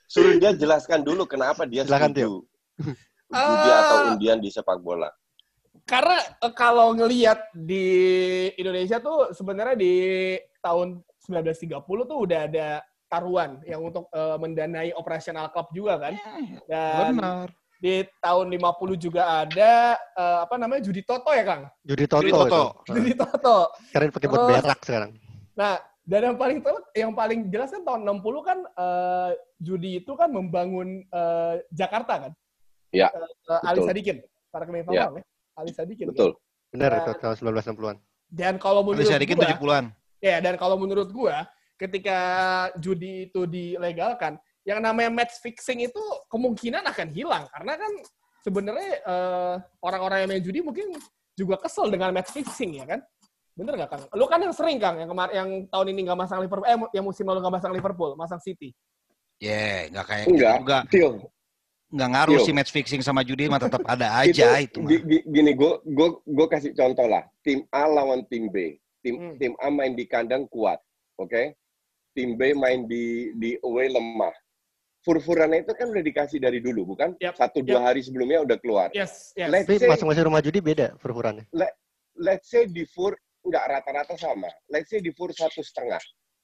suruh dia jelaskan dulu kenapa dia Silakan, setuju judi Ah. atau undian di sepak bola. Karena eh, kalau ngelihat di Indonesia tuh sebenarnya di tahun sembilan belas tiga puluh tuh udah ada taruhan yang untuk eh, mendanai operasional klub juga kan. Dan Benar. di tahun lima puluh juga ada eh, apa namanya judi toto ya Kang? Judi Toto. Judi Toto. itu. Judi toto. Keren pakai buat Terus- berak sekarang. Nah, dan yang paling tel- yang paling jelas kan tahun enam puluh kan eh, judi itu kan membangun eh, Jakarta kan. Ya, Eh, Ali betul. Sadikin, para kementerian Ya. ya. Ali Sadikin. Betul. Benar Dan- itu tahun sembilan belas enam puluhan. Dan kalau menurut Bisa dikit gua, tujuh puluhan. ya dan kalau menurut gua, ketika judi itu dilegalkan, yang namanya match fixing itu kemungkinan akan hilang karena kan sebenarnya eh, orang-orang yang main judi mungkin juga kesel dengan match fixing ya kan. Bener nggak Kang? Lu kan yang sering Kang, yang kemarin yang tahun ini nggak masang Liverpool, eh yang musim lalu nggak masang Liverpool, masang City. Ya, nggak kayak Enggak, gitu juga. Tio. Nggak ngaruh Tio. sih match fixing sama judi mah tetap ada aja itu, mah. gi- gi- Gini, gue gue gue kasih contoh lah. Tim A lawan tim B. Tim Hmm. tim A main di kandang kuat, oke? Tim B main di di away lemah. Fur-furannya itu kan udah dikasih dari dulu, bukan? Yap, Satu dua yap. hari sebelumnya udah keluar. Yes, yes. Let's Tapi say, masing-masing rumah judi beda perhurannya. let's say di fur nggak rata-rata sama. Let's say di fur satu setengah.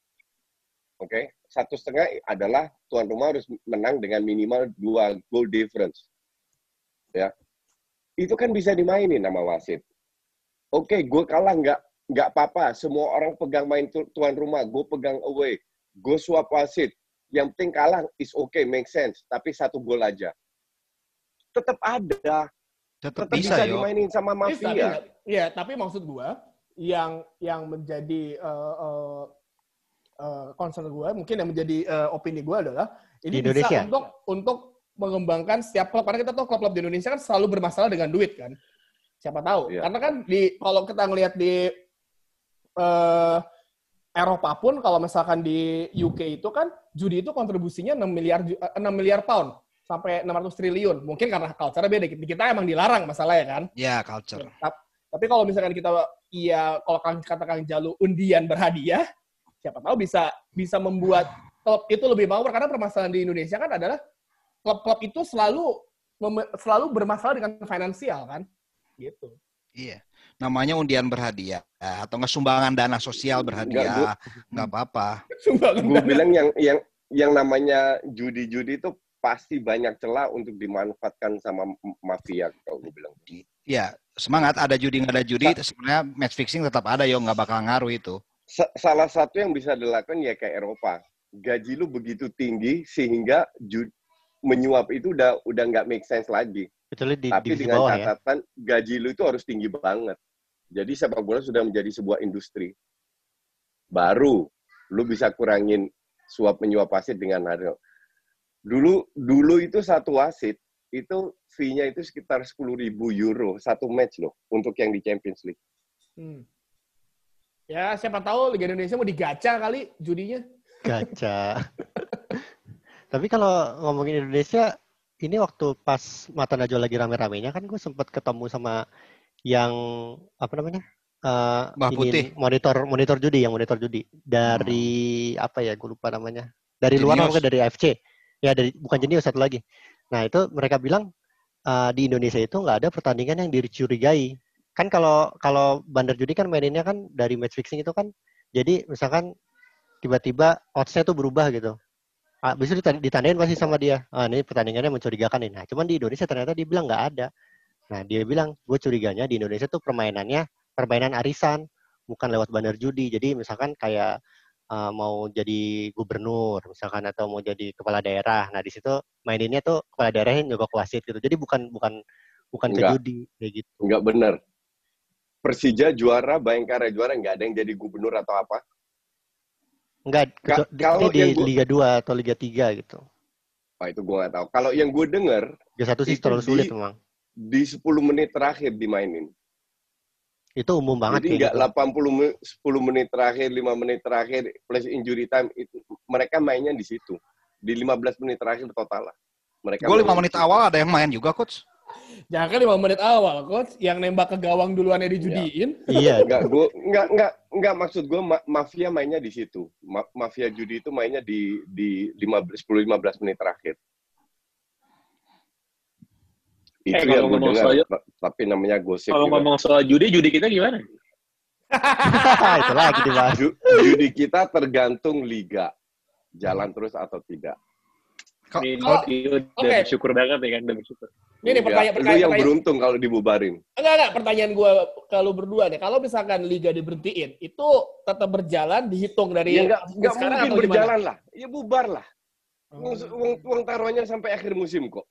Oke, satu setengah adalah tuan rumah harus menang dengan minimal dua goal difference. Ya, itu kan bisa dimainin sama wasit. Oke, gue kalah nggak nggak apa-apa. Semua orang pegang main tu- tuan rumah, gue pegang away, gue swap wasit. Yang penting kalah is okay, make sense. Tapi satu gol aja. Tetap ada, Tetap tetap bisa, bisa, yo. dimainin sama Bisa, mafia. bisa. Iya, tapi maksud gua yang yang menjadi eh, eh, eh, concern gua, mungkin yang menjadi eh, opini gua adalah ini Di bisa Indonesia? untuk untuk mengembangkan setiap klub karena kita tahu klub-klub di Indonesia kan selalu bermasalah dengan duit kan. Siapa tahu? Iya. Karena kan di kalau kita ngelihat di eh, Eropa pun kalau misalkan di U K itu kan judi itu kontribusinya enam miliar ju- eh, enam miliar pound sampai enam ratus triliun. Mungkin karena culture beda. Di kita emang dilarang masalahnya kan. Ya, culture. Tap- Tapi kalau misalkan kita iya kalau Kang kata Kang Jalu undian berhadiah, siapa tahu bisa bisa membuat klub itu lebih makmur karena permasalahan di Indonesia kan adalah klub-klub itu selalu mem- selalu bermasalah dengan finansial kan. Gitu. Iya. Namanya undian berhadiah atau nggak sumbangan dana sosial berhadiah, nggak apa-apa. Sumbangan Gue dana. bilang yang yang yang namanya judi-judi itu pasti banyak celah untuk dimanfaatkan sama m- mafia kalau gue bilang. Ya, semangat ada judi nggak ada judi, sebenarnya match fixing tetap ada yo, nggak bakal ngaruh itu. Sa- salah satu yang bisa dilakukan ya kayak Eropa. Gaji lu begitu tinggi sehingga ju- menyuap itu udah udah nggak make sense lagi. Kecuali di Tapi divisi dengan bawah ya. catatan gaji lu itu harus tinggi banget. Jadi sepak bola sudah menjadi sebuah industri. Baru lu bisa kurangin suap menyuap wasit dengan harga. Dulu dulu itu satu wasit itu fee-nya itu sekitar sepuluh ribu euro satu match loh untuk yang di Champions League. Hmm. Ya, siapa tahu Liga Indonesia mau digaca kali judinya. Gacha. Tapi kalau ngomongin Indonesia, ini waktu pas Mata Najwa lagi rame-ramenya kan gue sempat ketemu sama yang apa namanya? Eh, Mbah ini, Putih. monitor monitor judi yang monitor judi dari apa ya? Gue lupa namanya. Dari luar Jenius. apa dari A F C. Ya dari bukan Jenius satu lagi. Nah itu mereka bilang eh, di Indonesia itu nggak ada pertandingan yang dicurigai. Kan kalau kalau bandar judi kan maininnya kan dari match fixing itu kan. Jadi misalkan tiba-tiba odds-nya tuh berubah gitu. Habis itu ditan- ditandain pasti sama dia. Ah, ini pertandingannya mencurigakan nih. Nah, cuman di Indonesia ternyata dia bilang nggak ada. Nah, dia bilang, gue curiganya di Indonesia tuh permainannya permainan arisan, bukan lewat bandar judi. Jadi misalkan kayak uh, mau jadi gubernur, misalkan atau mau jadi kepala daerah. Nah, di situ maininnya tuh kepala daerahnya nyogok wasit gitu. Jadi bukan bukan bukan ke Enggak. judi kayak gitu. Nggak benar. Persija juara, Bayangkara juara, nggak ada yang jadi gubernur atau apa. Enggak, Ka- kecu- kalau ini di yang gua- Liga dua atau Liga tiga gitu. Wah, itu gue nggak tahu. Kalau yang gue denger, Liga satu sih Itu terlalu di- sulit memang. di sepuluh menit terakhir dimainin. Itu umum banget Jadi kayak nggak gitu. delapan puluh me- sepuluh menit terakhir, lima menit terakhir, plus injury time, itu mereka mainnya di situ. Di lima belas menit terakhir total lah. Mereka Gue lima mainnya menit di situ. awal ada yang main juga, coach. Jangan kan lima menit awal, coach. Yang nembak ke gawang duluannya dijudiin. Iya. Enggak, gua enggak enggak enggak maksud gue ma- mafia mainnya di situ. Ma- mafia judi itu mainnya di di lima belas sepuluh lima belas menit terakhir. Itu Eh, yang kalau gue ngomong dengar, soal- ta- tapi namanya gosip Kalau juga. ngomong soal judi, judi kita gimana? Itu lagi dibahas. Ju- judi kita tergantung liga. Jalan terus atau tidak. Kok- Ini kalau- udah oke. bersyukur banget ya kan, udah bersyukur. Ini nih Enggak, pertanyaan, lu pertanyaan, yang pertanyaan. beruntung kalau dibubarin. Enggak, enggak. Pertanyaan gue ke lu berdua nih. Kalau misalkan liga diberhentiin, itu tetap berjalan, dihitung dari Ya enggak, enggak sekarang mungkin atau gimana? berjalan lah. Ya bubar lah. Oh. Uang, uang, uang taruhannya sampai akhir musim kok.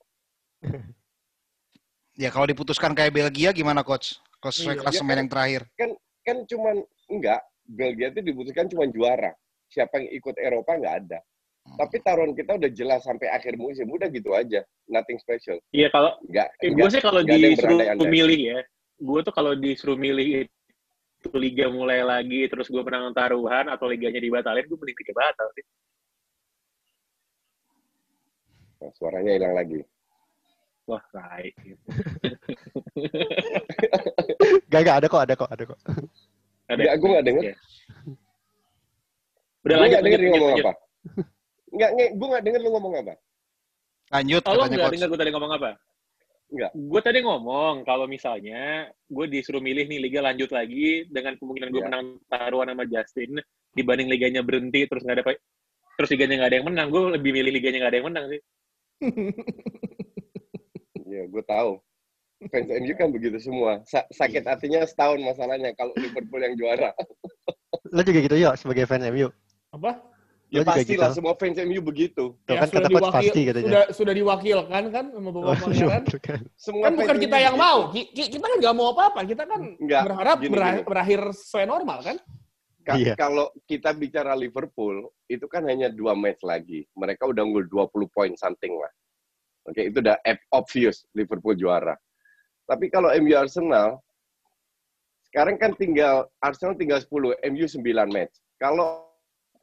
Ya kalau diputuskan kayak Belgia gimana coach? Coach Iya, klasemen ya kan. yang terakhir. Kan cuman enggak, Belgia itu dibutuhkan cuma juara. Siapa yang ikut Eropa nggak ada. Tapi taruhan kita udah jelas sampai akhir musim, udah gitu aja, nothing special. Iya, kalau Enggak, eh, gue enggak, sih kalau nggak ada yang disuruh berandai-andai. milih ya, gue tuh kalau disuruh milih itu liga mulai lagi, terus gue menang taruhan atau liganya dibatalin, gue mending liga batal sih. Nah, suaranya hilang lagi. Wah, baik. Gak, gak ada kok, ada kok, ada kok. Ada. Enggak, gue nggak denger. Iya. Udah Gue lanjut, nggak denger lanjut, dia ngomong lanjut, apa. Enggak, enggak, gue nggak denger lu ngomong apa. Lanjut Oh, lo katanya nggak coach. dengar gue tadi ngomong apa? Enggak. Gue tadi ngomong, kalau misalnya gue disuruh milih nih liga lanjut lagi dengan kemungkinan gue Iya. menang taruhan sama Justin dibanding liganya berhenti terus nggak ada terus liganya nggak ada yang menang, gue lebih milih liganya nggak ada yang menang sih. Iya, gue tahu. Fans M U kan begitu semua. Sa- sakit hatinya setahun masalahnya kalau Liverpool yang juara. Lo juga gitu yuk sebagai fan M U. Apa? Ya Lo juga pastilah gitu. semua fans M U begitu. Tuh Ya, kan kata coach pasti katanya. sudah, sudah diwakilkan kan sama Bapak Pangeran. Semua Kan bukan fans kita M U yang begitu. mau. Ki- ki- Kita kan nggak mau apa-apa. Kita kan Nggak, berharap gini, berah- gini. berakhir sesuai normal kan? Ka- Iya. Kalau kita bicara Liverpool, itu kan hanya dua match lagi. Mereka udah unggul dua puluh poin something lah. Oke, itu udah obvious Liverpool juara. Tapi kalau M U Arsenal, sekarang kan tinggal, Arsenal tinggal sepuluh, M U sembilan match. Kalau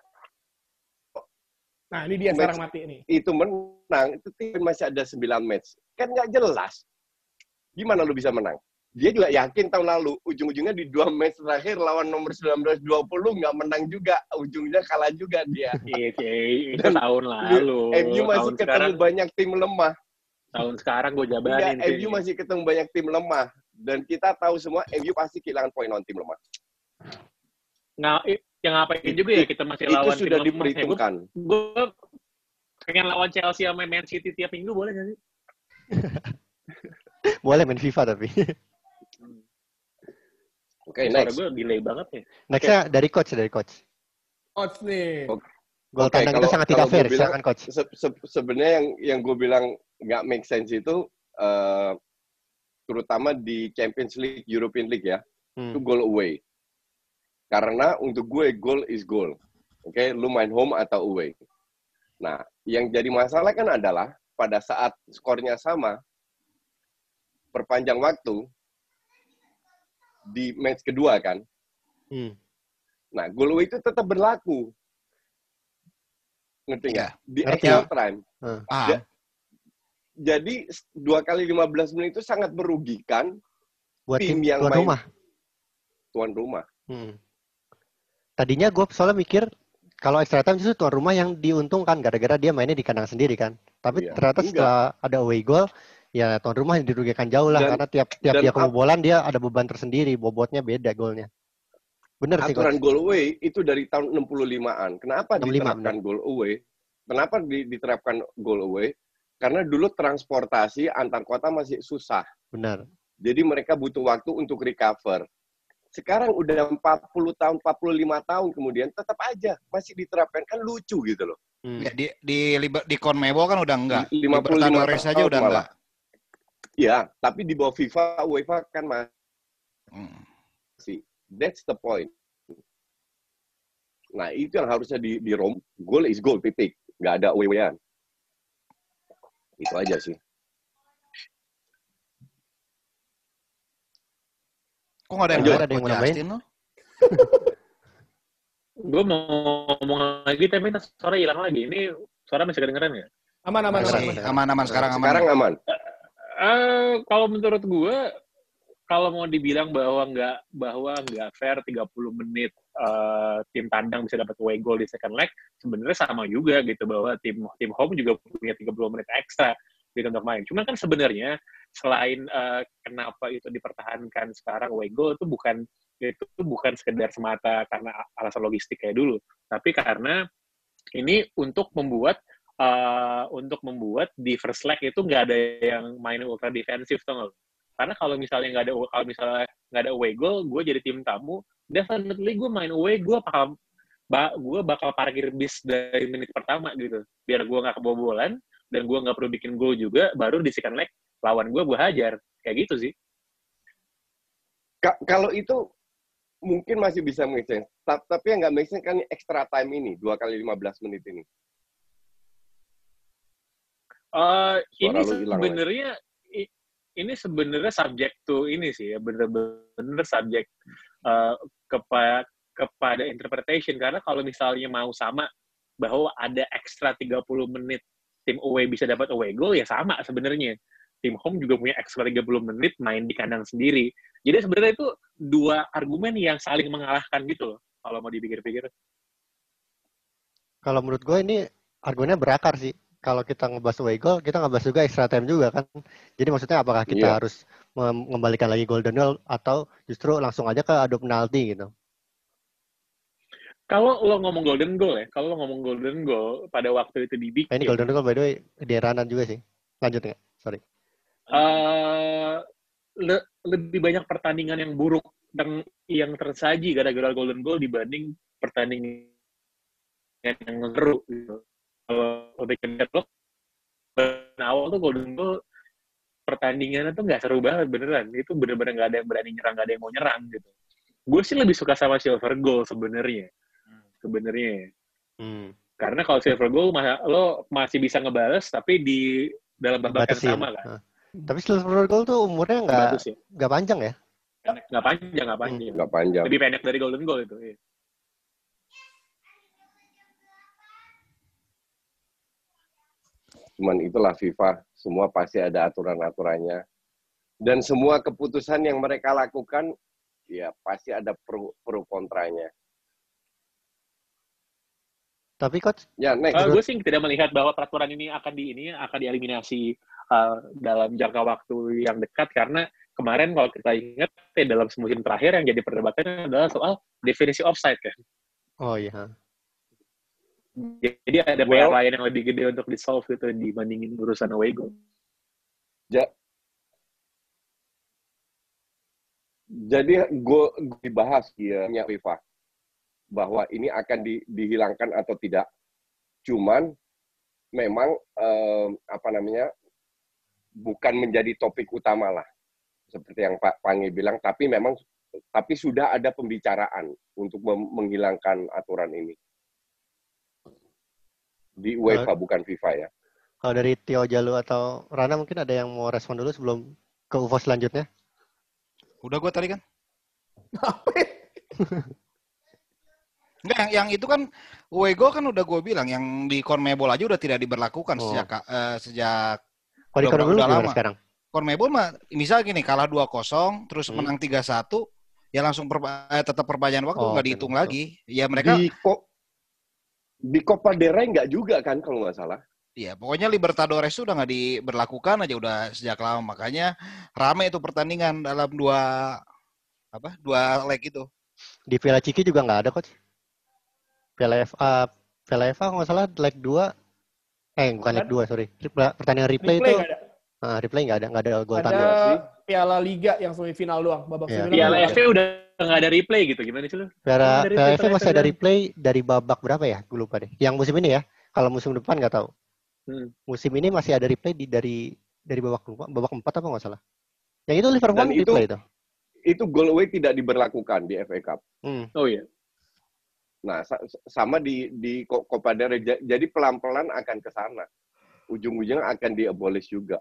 Nah, ini dia Match- sekarang mati nih. itu menang, itu tim masih ada sembilan match. Kan nggak jelas. Gimana lu bisa menang? Dia juga yakin tahun lalu, ujung-ujungnya di dua match terakhir lawan nomor sembilan belas dua puluh nggak menang juga. Ujungnya kalah juga dia. Iya, iya, itu Dan tahun lalu. M U masih tahun ketemu sekarang, banyak tim lemah. tahun sekarang gue Enggak, jabanin M U masih ketemu banyak tim lemah. Dan kita tahu semua M U pasti kehilangan poin lawan tim lemah. Nah, yang ngapain juga ya kita masih Itu lawan sudah tim lemah. diperhitungkan. Gue pengen lawan Chelsea sama Man City tiap minggu boleh nggak sih? Boleh main FIFA tapi. Oke, Suara next. gue delay banget ya. Nextnya dari coach, dari coach. Odds nih. Oke. Gol Oke, tandang itu kalau- sangat kalau tidak gue fair, bilang- silakan coach. Se- se- Sebenarnya yang yang gue bilang nggak make sense itu, eh, terutama di Champions League, European League ya, Hmm. itu goal away. Karena untuk gue goal is goal. Oke, lu main home atau away. Nah, yang jadi masalah kan adalah pada saat skornya sama, perpanjang waktu di match kedua kan. Hmm. Nah, goal away itu tetap berlaku. Ngerti nggak? Di Ngerti. extra time. Paham. Ja- Jadi dua kali lima belas menit itu sangat merugikan Buat tim tim yang tuan main rumah. tuan rumah. Hmm. Tadinya gue soalnya mikir kalau extra time justru tuan rumah yang diuntungkan gara-gara dia mainnya di kandang sendiri kan. Tapi Iya. ternyata Enggak. setelah ada away goal, ya tuan rumah yang dirugikan jauh lah Dan- karena tiap tiap dan dia ap- kebobolan dia ada beban tersendiri, bobotnya beda golnya. Bener sih Aturan coach. goal away itu dari tahun enam puluh limaan. Kenapa enam puluh lima, diterapkan goal away? Kenapa di- diterapkan goal away? Karena dulu transportasi antar kota masih susah. Benar. Jadi mereka butuh waktu untuk recover. Sekarang udah empat puluh tahun, empat puluh lima tahun kemudian tetap aja masih diterapkan, kan lucu gitu loh. Hmm. Ya, di di Liber- di CONMEBOL kan udah enggak. Di lima puluh lima Libertadores aja tahun udah malah. enggak. Ya, tapi di bawah FIFA, UEFA kan Hmm. masih. That's the point. Nah, itu yang harusnya di, di Rome. Goal is goal, titik. Nggak ada away-awayan. Itu aja sih. Kok nggak ada yang Lanjut. jawab Ada yang Coach mau nambahin? Justin lo? Gue mau ngomong lagi tapi suara hilang lagi. Ini suara masih kedengeran nggak? Aman, aman, aman. Masih aman. aman-aman sekarang aman. Sekarang aman. Uh, kalau menurut gue, kalau mau dibilang bahwa nggak bahwa nggak fair tiga puluh menit uh, tim tandang bisa dapat away goal di second leg, sebenarnya sama juga gitu, bahwa tim tim home juga punya tiga puluh menit ekstra gitu untuk main. Cuma kan sebenarnya selain uh, kenapa itu dipertahankan sekarang away goal itu bukan itu bukan sekedar semata karena alasan logistik kayak dulu, tapi karena ini untuk membuat uh, untuk membuat di first leg itu nggak ada yang main ultra defensif, tuh nggak? Karena kalau misalnya nggak ada kalau misalnya nggak ada away goal, gue jadi tim tamu, definitely gue main away, gue bakal ba, gue bakal parkir bis dari menit pertama gitu, biar gue nggak kebobolan dan gue nggak perlu bikin gol juga, baru di second leg lawan gue gue hajar, kayak gitu sih. Ka- kalau itu mungkin masih bisa make sense. Tapi yang nggak make sense kan extra time ini, dua kali lima belas menit ini. Uh, ini sebenarnya ini sebenarnya subject to ini sih ya, bener-bener subject uh, kepada kepada interpretation. Karena kalau misalnya mau sama bahwa ada extra tiga puluh menit tim away bisa dapat away goal, ya sama sebenarnya. Tim home juga punya ekstra tiga puluh menit main di kandang sendiri. Jadi sebenarnya itu dua argumen yang saling mengalahkan gitu loh, kalau mau dipikir-pikir. Kalau menurut gue ini argumennya berakar sih. Kalau kita ngebahas away goal, kita ngebahas juga extra time juga kan. Jadi maksudnya apakah kita yeah. harus mengembalikan lagi golden goal atau justru langsung aja ke adu penalti gitu. Kalau lo ngomong golden goal ya, kalau lo ngomong golden goal pada waktu itu dibikin. Nah, ini golden goal by the way di Ranan juga sih. Lanjut nggak? Sorry. Uh, le lebih banyak pertandingan yang buruk dan yang tersaji gara-gara golden goal dibanding pertandingan yang seru gitu. Kalau bikin deadlock awal tuh golden goal pertandingannya tuh nggak seru banget beneran. Itu bener-bener nggak ada yang berani nyerang, nggak ada yang mau nyerang gitu. Gue sih lebih suka sama silver goal sebenarnya. Sebenarnya. Hmm. Karena kalau silver goal lo masih bisa ngebales tapi di dalam babak yang sama kan. Nah. Tapi silver goal tuh umurnya nggak ya? nggak panjang ya? Nggak panjang, nggak panjang. Nggak panjang. Lebih pendek dari golden goal itu. Iya. Cuman itulah FIFA, semua pasti ada aturan-aturannya. Dan semua keputusan yang mereka lakukan, ya pasti ada pro, pro kontranya. Tapi coach, ya next. Uh, gue sih tidak melihat bahwa peraturan ini akan di ini akan dieliminasi uh, dalam jangka waktu yang dekat, karena kemarin kalau kita ingat eh, dalam musim terakhir yang jadi perdebatan adalah soal definisi offside kan. Oh iya. Jadi ada well, P R lain yang lebih gede untuk di-solve gitu dibandingin urusan away goal. Ja, jadi gue dibahas ya FIFA bahwa ini akan di, dihilangkan atau tidak. Cuman memang eh, apa namanya bukan menjadi topik utama lah, seperti yang Pak Pangi bilang. Tapi memang tapi sudah ada pembicaraan untuk menghilangkan aturan ini. Di UEFA uh, bukan FIFA ya. Kalau dari Tio Jalu atau Rana mungkin ada yang mau respon dulu sebelum ke U F O selanjutnya? Udah gue tadi kan. Enggak, yang, yang itu kan away goal kan udah gue bilang, yang di CONMEBOL aja udah tidak diberlakukan oh. sejak uh, sejak oh, udah, udah lama sekarang. CONMEBOL mah misal gini, kalah dua kosong terus hmm. menang tiga satu ya langsung perpa- eh, tetap perpanjangan waktu, nggak oh, dihitung betul. lagi. Ya mereka di ko- Di Copa del Rey nggak juga kan kalau nggak salah? Iya, pokoknya Libertadores itu udah nggak diberlakukan aja udah sejak lama. Makanya rame itu pertandingan dalam dua apa dua leg itu. Di Piala Ciki juga nggak ada coach. Piala F A, Piala F A kalau nggak salah leg dua, eh bukan leg dua sorry. Pertandingan replay, replay itu, nggak ada. Nah, replay nggak ada, nggak ada gol tanda. Ada Piala Liga yang semifinal doang, babak ya. semifinal. Piala F A udah nggak ada replay gitu, gimana sih lu? Piala Piala F A masih ada replay dari babak berapa ya? Gue lupa deh. Yang musim ini ya. Kalau musim depan nggak tahu. Hmm. Musim ini masih ada replay di dari dari babak lupa, babak empat apa nggak salah. Yang itu Liverpool Dan itu, replay itu. Itu goal away tidak diberlakukan di F A Cup. Hmm. Oh iya. Nah, sama di di Copa del Rey. Jadi pelan-pelan akan ke sana. Ujung-ujungnya akan di-abolish juga.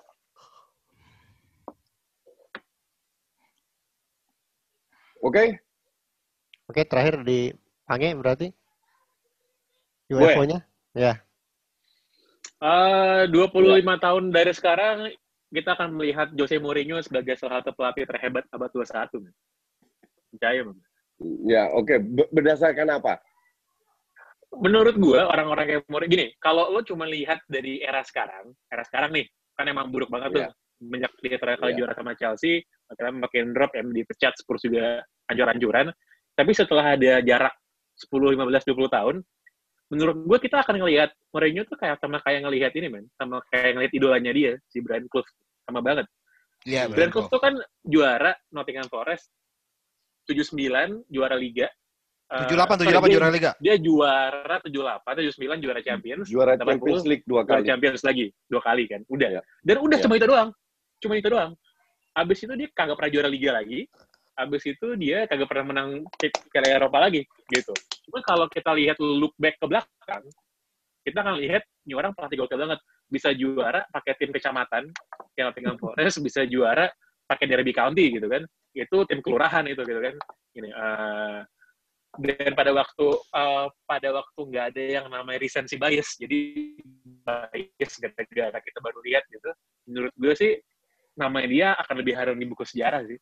Oke. Okay? Oke, okay, terakhir di Pange berarti U F O-nya? Ya. Uh, dua puluh lima ya. Tahun dari sekarang kita akan melihat Jose Mourinho sebagai salah satu pelatih terhebat abad dua puluh satu. Percaya, Bang? Ya, oke. Okay. Berdasarkan apa? Menurut gue, orang-orang kayak Mourinho, gini, kalau lo cuma lihat dari era sekarang, era sekarang nih, kan emang buruk banget yeah. tuh. Menjak dia terakhir kali yeah. juara sama Chelsea, akhirnya makin drop, yang dipecat, Spurs juga hancur-hancuran. Tapi setelah ada jarak sepuluh, lima belas, dua puluh tahun, menurut gue kita akan ngelihat Mourinho tuh kayak sama kayak ngelihat ini, men. Sama kayak ngelihat idolanya dia, si Brian Clough. Sama banget. Iya, yeah, Brian Clough tuh kan juara Nottingham Forest, tujuh puluh sembilan, juara Liga. tujuh puluh delapan, tujuh puluh delapan juara Liga. Dia juara tujuh puluh delapan, tujuh puluh sembilan juara Champions. Juara Champions League dua kali. Juara Champions lagi, dua kali kan. Udah. Ya. Dan udah ya. cuma itu doang. Cuma itu doang. Abis itu dia kagak pernah juara Liga lagi. Abis itu dia kagak pernah menang Piala Eropa lagi. Gitu. Cuma kalau kita lihat look back ke belakang, kita akan lihat ini orang pelatih gokil banget. Bisa juara pakai tim kecamatan, kayak Nottingham Forest, bisa juara pakai Derby County gitu kan. Itu tim kelurahan itu gitu kan. Ini, uh, dan pada waktu uh, pada waktu nggak ada yang namanya recency bias, jadi bias gara-gara kita baru lihat gitu. Menurut gue sih namanya dia akan lebih harum di buku sejarah sih.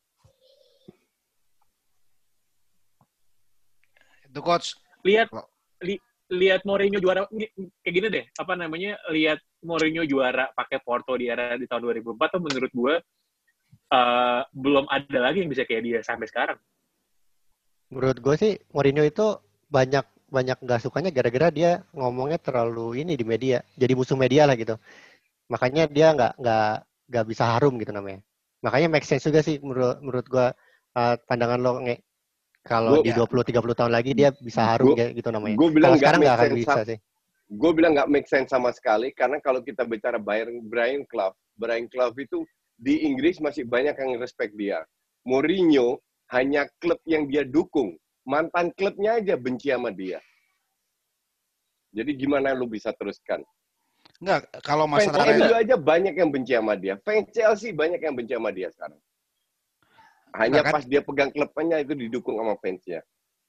Itu coach. Lihat li, lihat Mourinho juara kayak gini deh, apa namanya? Lihat Mourinho juara pakai Porto di era di tahun dua ribu empat tuh menurut gue uh, belum ada lagi yang bisa kayak dia sampai sekarang. Menurut gue sih Mourinho itu banyak banyak nggak sukanya gara-gara dia ngomongnya terlalu ini di media, jadi musuh media lah gitu. Makanya dia nggak nggak nggak bisa harum gitu namanya. Makanya make sense juga sih menurut menurut gue uh, pandangan lo nge kalau di dua puluh tiga puluh tahun lagi dia bisa harum gua, gitu namanya. Gue bilang sekarang nggak akan bisa sama, sih. Gue bilang nggak make sense sama sekali karena kalau kita bicara Brian Brian Clough, Brian Clough itu di Inggris masih banyak yang respect dia. Mourinho hanya klub yang dia dukung. Mantan klubnya aja benci sama dia. Jadi gimana lu bisa teruskan? Enggak, kalau masalah... Fans M U aja banyak yang benci sama dia. Fans Chelsea banyak yang benci sama dia sekarang. Hanya Enggak, pas kan? Dia pegang klubnya itu didukung sama fansnya.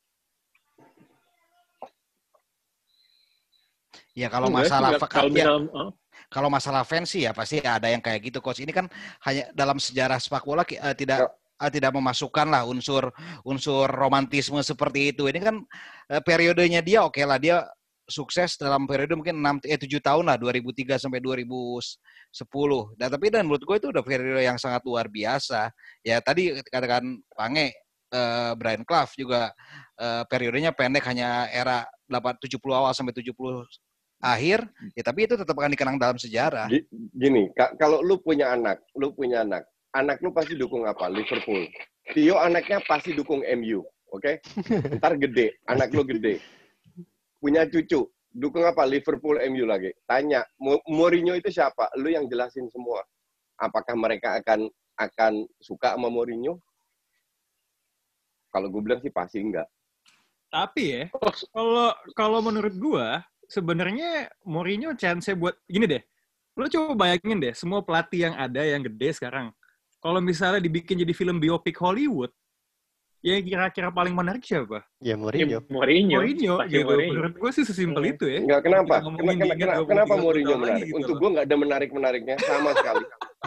Ya kalau masalah... Kalau ya, kalau masalah fans sih ya pasti ada yang kayak gitu, Coach. Ini kan hanya dalam sejarah sepak bola uh, tidak... Ya. tidak memasukkan lah unsur unsur romantisme seperti itu. Ini kan eh, periodenya dia oke okay lah, dia sukses dalam periode mungkin enam eh tujuh tahun lah, dua ribu tiga sampai dua ribu sepuluh. Dan tapi dan menurut gue itu udah periode yang sangat luar biasa. Ya tadi katakan Pange, eh, Brian Clough juga eh, periodenya pendek, hanya era tujuh puluh awal sampai tujuh puluh akhir. Ya tapi itu tetap akan dikenang dalam sejarah. Gini, kalau lu punya anak, lu punya anak anak lu pasti dukung apa? Liverpool. Tio anaknya pasti dukung M U, oke? Okay? Ntar gede, anak lu gede. Punya cucu, dukung apa? Liverpool, M U lagi. Tanya, Mourinho itu siapa? Lu yang jelasin semua. Apakah mereka akan akan suka sama Mourinho? Kalau gue bilang sih pasti enggak. Tapi ya, kalau kalau menurut gue, sebenarnya Mourinho chance buat gini deh. Lu coba bayangin deh, semua pelatih yang ada yang gede sekarang. Kalau misalnya dibikin jadi film biopik Hollywood, yang kira-kira paling menarik siapa? Ya Mourinho. Ya, Mourinho. Mourinho, gitu. Mourinho. Menurut gue sih sesimpel hmm. itu ya. Enggak, kenapa? Kenapa, kenapa, kenapa Mourinho menarik? Gitu. Untuk gue nggak ada menarik-menariknya sama sekali.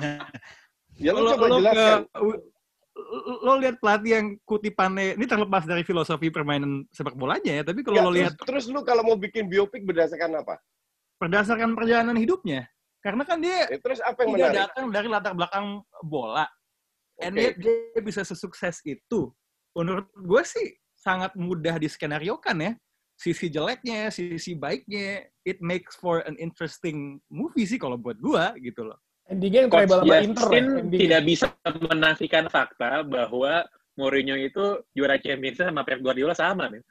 Ya lo coba jelaskan. Lo, lo lihat pelatih yang kutipannya, ini terlepas dari filosofi permainan sepak bolanya ya, tapi kalau ya, lo terus, lihat... Terus lo kalau mau bikin biopik berdasarkan apa? Berdasarkan perjalanan hidupnya. Karena kan dia ya, terus apa yang tidak menarik? datang dari latar belakang bola. Okay. And yet dia bisa sesukses itu. Menurut gue sih sangat mudah diskenariokan ya. Sisi jeleknya, sisi baiknya. It makes for an interesting movie sih kalau buat gue gitu loh. Endingnya yang kayak bala Inter. Tidak bisa menafikan fakta bahwa Mourinho itu juara Champions sama Pep Guardiola sama. Nih.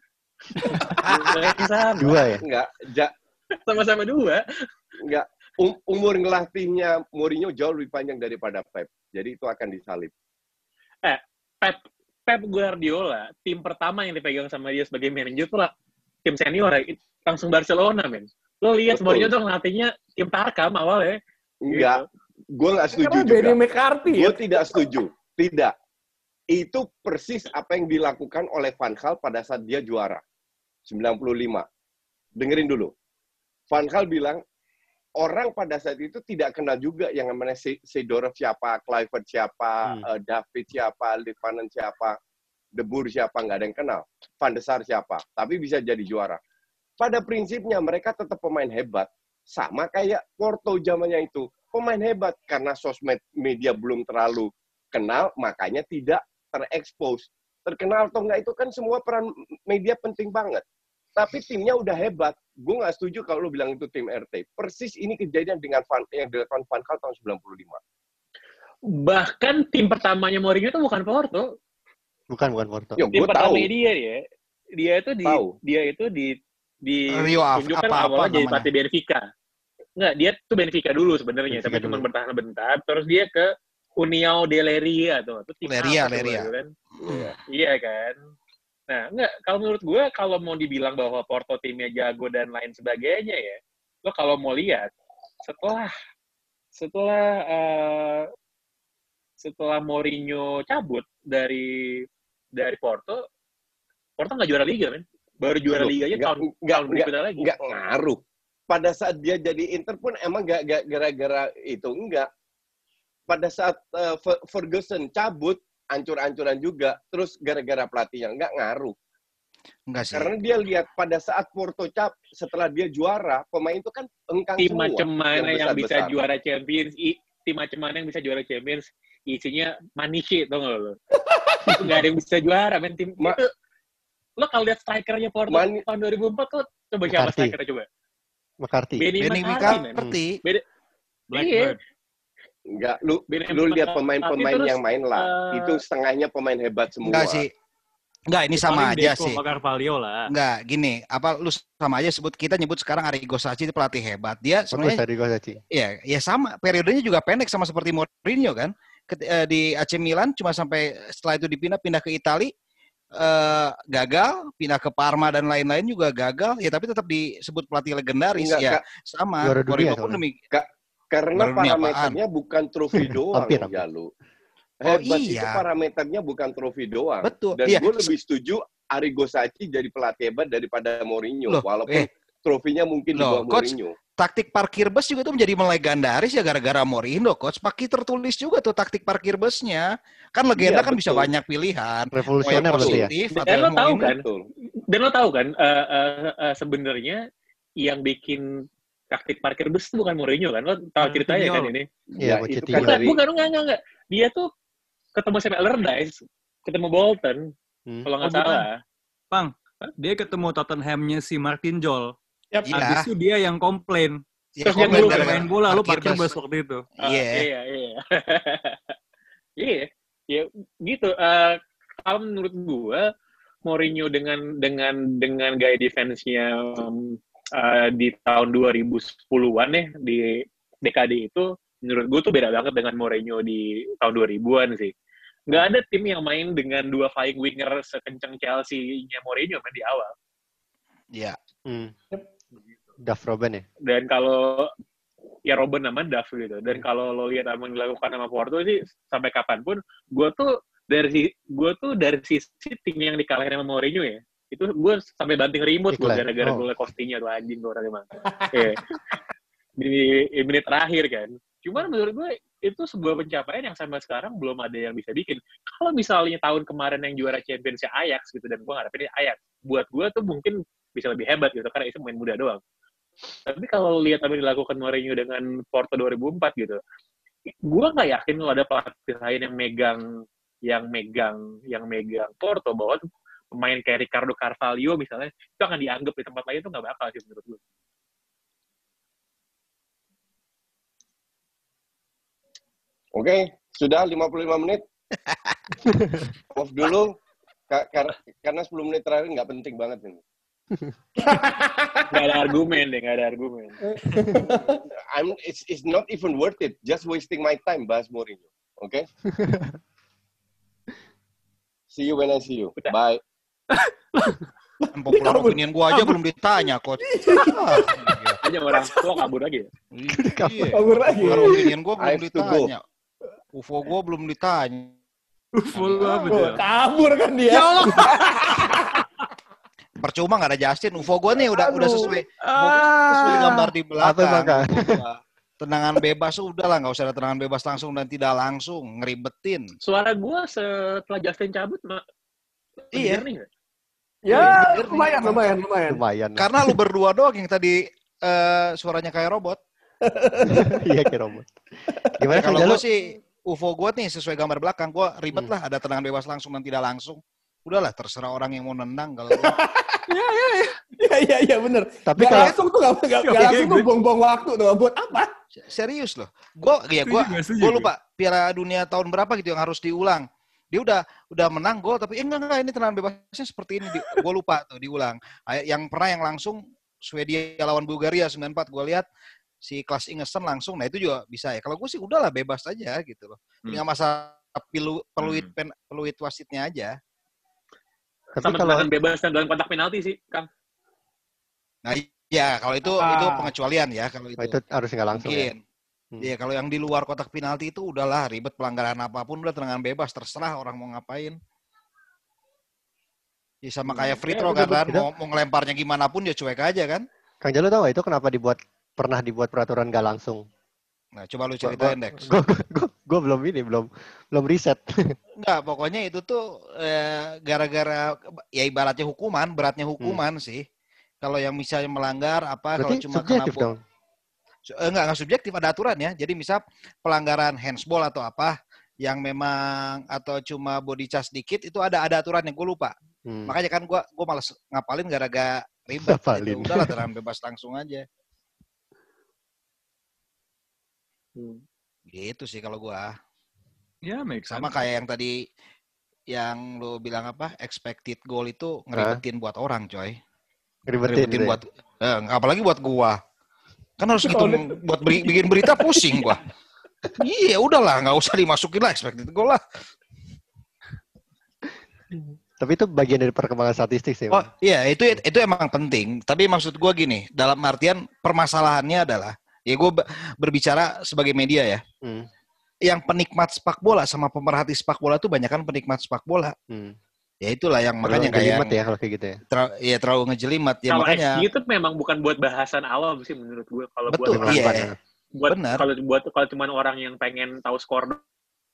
sama. Dua ya? Enggak. Ja- sama-sama dua. Enggak. Um, umur ngelatihnya Mourinho jauh lebih panjang daripada Pep. Jadi itu akan disalib. Eh, Pep, Pep Guardiola, tim pertama yang dipegang sama dia sebagai manajer tuh lah, tim senior ya, langsung Barcelona, men. Lo lihat Mourinho tuh ngelatihnya tim Tarkam awalnya. Enggak. Gitu. Gue nggak setuju karena juga. Benny McCarthy Gue ya? tidak setuju. Tidak. Itu persis apa yang dilakukan oleh Van Gaal pada saat dia juara. sembilan puluh lima. Dengerin dulu. Van Gaal bilang, orang pada saat itu tidak kenal juga yang namanya Seedorf siapa, Kluivert siapa, Hmm. uh, David siapa, Litmanen siapa, De Boer siapa, nggak ada yang kenal. Van de Sar siapa, tapi bisa jadi juara. Pada prinsipnya mereka tetap pemain hebat. Sama kayak Porto zamannya itu. Pemain hebat. Karena sosmed media belum terlalu kenal, makanya tidak terekspos. Terkenal atau enggak itu kan semua peran media penting banget. Tapi timnya udah hebat. Gue nggak setuju kalau lu bilang itu tim R T. Persis ini kejadian dengan Van, yang dilakukan Van Gaal tahun sembilan puluh lima. Bahkan tim pertamanya Mourinho itu bukan Porto. Bukan, bukan Porto. Yo, Tim gue tahu. pertamanya dia ya. Dia itu di Tahu. dia itu di di Rio Ave, tunjukkan apa-apa awalnya jadi namanya. pelatih Benfica. Enggak, dia tuh Benfica dulu sebenarnya, Benfica tapi cuma dulu. bertahan bentar. Terus dia ke União de Leiria tuh. Itu tim Leiria, apa tuh, Leiria. gitu kan? Iya. Iya kan. Nah, enggak, kalau menurut gue kalau mau dibilang bahwa Porto timnya jago dan lain sebagainya ya, lo kalau mau lihat setelah setelah uh, setelah Mourinho cabut dari dari Porto, Porto nggak juara liga kan? Baru juara Loh, liganya nggak- tahun nggak- tahun berikutnya lagi. Nggak ngaruh. Pada saat dia jadi Inter pun emang nggak nggak gara-gara itu enggak. Pada saat uh, Ferguson cabut, ancur-ancuran juga. Terus gara-gara pelatihnya nggak ngaruh. Enggak sih. Karena dia lihat pada saat Porto cap setelah dia juara, pemain itu kan engkang Tim semua. macam mana yang, bisa besar-besar. juara Champions? I, tim macam mana yang bisa juara Champions? Isinya Maniche, tau nggak lo? Nggak ada yang bisa juara, men. Tim Ma- itu, lo kalau lihat strikernya Porto Mani- tahun dua ribu empat tuh, coba siapa McCarthy. strikernya coba? McCarthy. Benny Benny McCarthy, men. McCarthy. Blackbird. Enggak, lu Benny lu lihat McCarthy pemain-pemain terus, yang main lah. uh, Itu setengahnya pemain hebat semua. Enggak sih. Enggak, ini sama Paling aja Deco sih. sama Carvalho lah. Enggak, gini, apa lu sama aja sebut kita nyebut sekarang Arrigo Sacchi itu pelatih hebat. Dia Bagus sebenarnya dari Gosaci. ya, ya sama, periodenya juga pendek sama seperti Mourinho kan. Ket- eh, di A C Milan cuma sampai setelah itu dipindah pindah ke Italia eh, gagal, pindah ke Parma dan lain-lain juga gagal. Ya tapi tetap disebut pelatih legendaris Enggak, ya. Kak. Sama. Juara dunia Mourinho pun soalnya. demi Karena Baru dunia parameternya bukan trofi doang, Hampir, hampir. Jalu. Oh, Hebat itu iya. parameternya bukan trofi doang. Betul, Dan iya. gue lebih setuju Arrigo Sacchi jadi pelatih hebat daripada Mourinho. Loh, Walaupun eh. trofinya mungkin di Loh, bawah Coach, Mourinho. taktik parkir bus juga tuh menjadi melegendaris ya gara-gara Mourinho, coach. Paki tertulis juga tuh taktik parkir busnya. Kan legenda Iya, kan bisa betul. banyak pilihan. Mau yang Revolusioner berarti ya. positif atau Dan yang lo tahu Mourinho. kan, Betul. dan lo tahu kan, uh, uh, uh, sebenarnya yang bikin taktik parkir bus itu bukan Mourinho kan? Lo tahu ceritanya kan Pinjol. ini? Iya, Ya, Pochettino. itu kan Bukan, dari bukan, enggak, enggak, enggak. Dia tuh ketemu sama Allardyce, ketemu Bolton, Hmm. kalau nggak Oh, bukan. salah. Pang, dia ketemu Tottenhamnya si Martin Jol. Yap. Iya. Habis itu dia yang komplain. Ya, Terus yang komen dulu gara-gara Main bola, lu parkir bus. bus waktu itu. Ah, Iya. Iya, iya. Iya, ya gitu. Uh, kalau menurut gua, Mourinho dengan dengan dengan gaya defense-nya um, uh, di tahun dua ribu sepuluhan ya, di dekade itu, menurut gua tuh beda banget dengan Mourinho di tahun dua ribuan sih. Nggak ada tim yang main dengan dua flying winger sekencang Chelsea-nya Mourinho kan di awal. Iya. Hmm. Duff Robben ya. Dan kalau ya Robben sama Duff gitu. Dan kalau lo lihat apa yang dilakukan sama Porto sih sampai kapanpun, gue tuh dari gue tuh dari sisi tim yang dikalahin sama Mourinho ya, itu gue sampai banting remote gue Iklan. gara-gara Oh. gue liat Coutinho tuh anjing gue orang emang. Iya. Di di menit terakhir kan. Cuman menurut gue itu sebuah pencapaian yang sampai sekarang belum ada yang bisa bikin. Kalau misalnya tahun kemarin yang juara Champions Ajax gitu, dan gue ngarepin Ajax, buat gue tuh mungkin bisa lebih hebat gitu karena itu main muda doang. Tapi kalau lihat apa yang dilakukan Mourinho dengan Porto dua ribu empat gitu, gue nggak yakin kalau ada pelatih lain yang megang, yang megang, yang megang Porto, bahwa tuh pemain kayak Ricardo Carvalho misalnya itu akan dianggap di tempat lain, itu nggak bakal sih menurut gue. Oke, sudah lima puluh lima menit. Off dulu. Ka- kar- karena sepuluh menit terakhir nggak penting banget ini. Nggak ada argumen deh, nggak ada argumen. I'm, it's, it's not even worth it. Just wasting my time bahas Mourinho. Oke? See you when I see you. Udah. Bye. Popular opinion gua aja belum ditanya, coach. Ah, Aja orang tua kabur lagi ya. iya. Kabur lagi. Popular opinion gua I belum have to go. ditanya. U F O gua belum ditanya. Full apa Oh, dia? kabur kan dia. Ya Allah. Percuma nggak ada Justin. U F O gue nih udah udah sesuai Ah. sesuai gambar di Apa belakang. Bang? U F O gua. Tendangan bebas udah lah, nggak usah ada tendangan bebas langsung dan tidak langsung, ngeribetin. Suara gue setelah Justin cabut, mak. Iya. Jernih nggak? Ya, Iya, lumayan, lumayan, lumayan. Lumayan. Karena lu berdua doang yang tadi eh, suaranya kayak robot. Iya kira robot. Gimana Ya, Kang kalau Jalu? gue sih U F O gue nih sesuai gambar belakang, gue ribet Hmm. lah ada tendangan bebas langsung dan tidak langsung. Udahlah terserah orang yang mau nendang kalau gua. Iya, iya, iya, bener. Tapi Gak kalau langsung tuh, gak, gak, gak langsung tuh buang-buang waktu tuh. Buat apa? Serius loh. Gue ya gue Setuju, setuju gue gue. lupa Piala Dunia tahun berapa gitu yang harus diulang. Dia udah udah menang gol tapi eh, enggak enggak ini tendangan bebasnya seperti ini. Gue lupa tuh diulang. Ay- Yang pernah yang langsung Swedia lawan Bulgaria sembilan empat gue lihat si Klas Ingerson langsung. Nah itu juga bisa ya. Kalau gue sih udahlah bebas aja gitu loh. Jadi nggak masalah pilu, peluit Hmm. pen, peluit wasitnya aja. tapi Sama kalau tendangan bebas dan dalam kotak penalti sih, Kang. Nah iya kalau itu Ah. itu pengecualian ya kalau itu. oh, itu harus nggak langsung ya. Mungkin. Hmm. Iya, kalau yang di luar kotak penalti itu udahlah ribet pelanggaran apapun udah tendangan bebas terserah orang mau ngapain. Ya sama kayak free Ya, throw betul, kan, betul. mau, mau ngelemparnya gimana pun ya cuek aja kan. Kang Jalu tahu nggak itu kenapa dibuat pernah dibuat peraturan nggak langsung? Nah, coba lu ceritain, Dex. Gue gue belum ini belum belum riset. Enggak, pokoknya itu tuh eh, gara-gara ya ibaratnya hukuman, beratnya hukuman sih. Kalau yang misalnya melanggar apa kalau Berarti cuma kena subjektif bo- dong. Eh, enggak, enggak subjektif, ada aturan ya. Jadi misal pelanggaran handsball atau apa yang memang atau cuma body charge dikit itu ada ada aturannya, gue lupa. Hmm. Makanya kan gue gue malas ngapalin gara-gara ribet. Ngapalin. Gitu. Udahlah tendangan bebas langsung aja. Hmm. Gitu sih kalau gue. Ya, make sense. Sama kayak yang tadi yang lo bilang apa expected goal itu ngeribetin buat orang coy. Ngeribetin Ngeribetin gitu ya. buat eh, apalagi buat gua. Kan harus gitu buat beri- bikin berita pusing gua. Iya udahlah nggak usah dimasukin lah expected goal lah. Tapi itu bagian dari perkembangan statistik sih. Oh Bang. iya itu itu emang penting. Tapi maksud gua gini dalam artian permasalahannya adalah ya gua be- berbicara sebagai media ya. Hmm. Yang penikmat sepak bola sama pemerhati sepak bola tuh banyak kan penikmat sepak bola. Hmm. Ya itulah yang Terlalu makanya kayak ngejelimet yang ya kalau kayak gitu ya. ter- ya terlalu ngejelimet ya Kalau makanya. X G itu memang bukan buat bahasan awam sih menurut gue. Kalau Betul, buat iya. Melakukan, ya. buat Benar. kalau buat kalau cuma orang yang pengen tahu skor doang,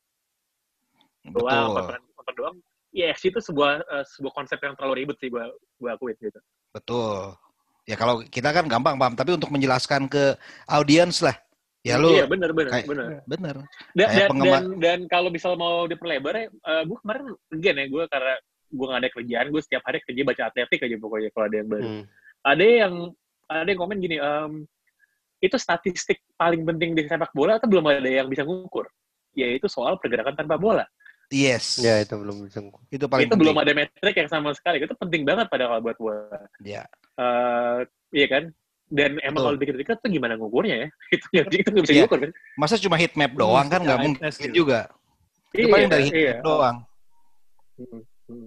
Betul. konten konten doang, ya X G itu sebuah eh, sebuah konsep yang terlalu ribet sih gue gue akuin gitu. Betul. Ya kalau kita kan gampang paham, tapi untuk menjelaskan ke audiens lah. Ya lu Iya benar benar kayak- benar. bener. Dan kayak dan, penggemar- dan dan kalau misal mau diperlebar ya, eh, gue kemarin again ya gue karena gue nggak ada kerjaan, gue setiap hari kerja baca atletik aja pokoknya kalau ada yang baru. Hmm. Ada yang ada yang komen gini, em, itu statistik paling penting di sepak bola atau belum ada yang bisa ngukur? Yaitu soal pergerakan tanpa bola. Yes. Ya itu belum bisa. Itu paling Itu penting. belum ada metrik yang sama sekali. Itu penting banget pada kalau buat gue. Ya. Eh, iya kan? Dan emang Betul. kalau dikit-dikit tuh gimana ngukurnya ya? Itu itu nggak bisa Iya. diukur kan? Masa cuma heat map doang kan nggak Eye mungkin test gitu. juga. Itu paling dari heat iya. map doang. Hmm, hmm.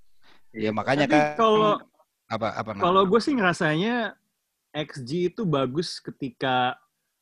Ya makanya Tapi kan kalau apa apa namanya? kalau gue sih ngerasanya X G itu bagus ketika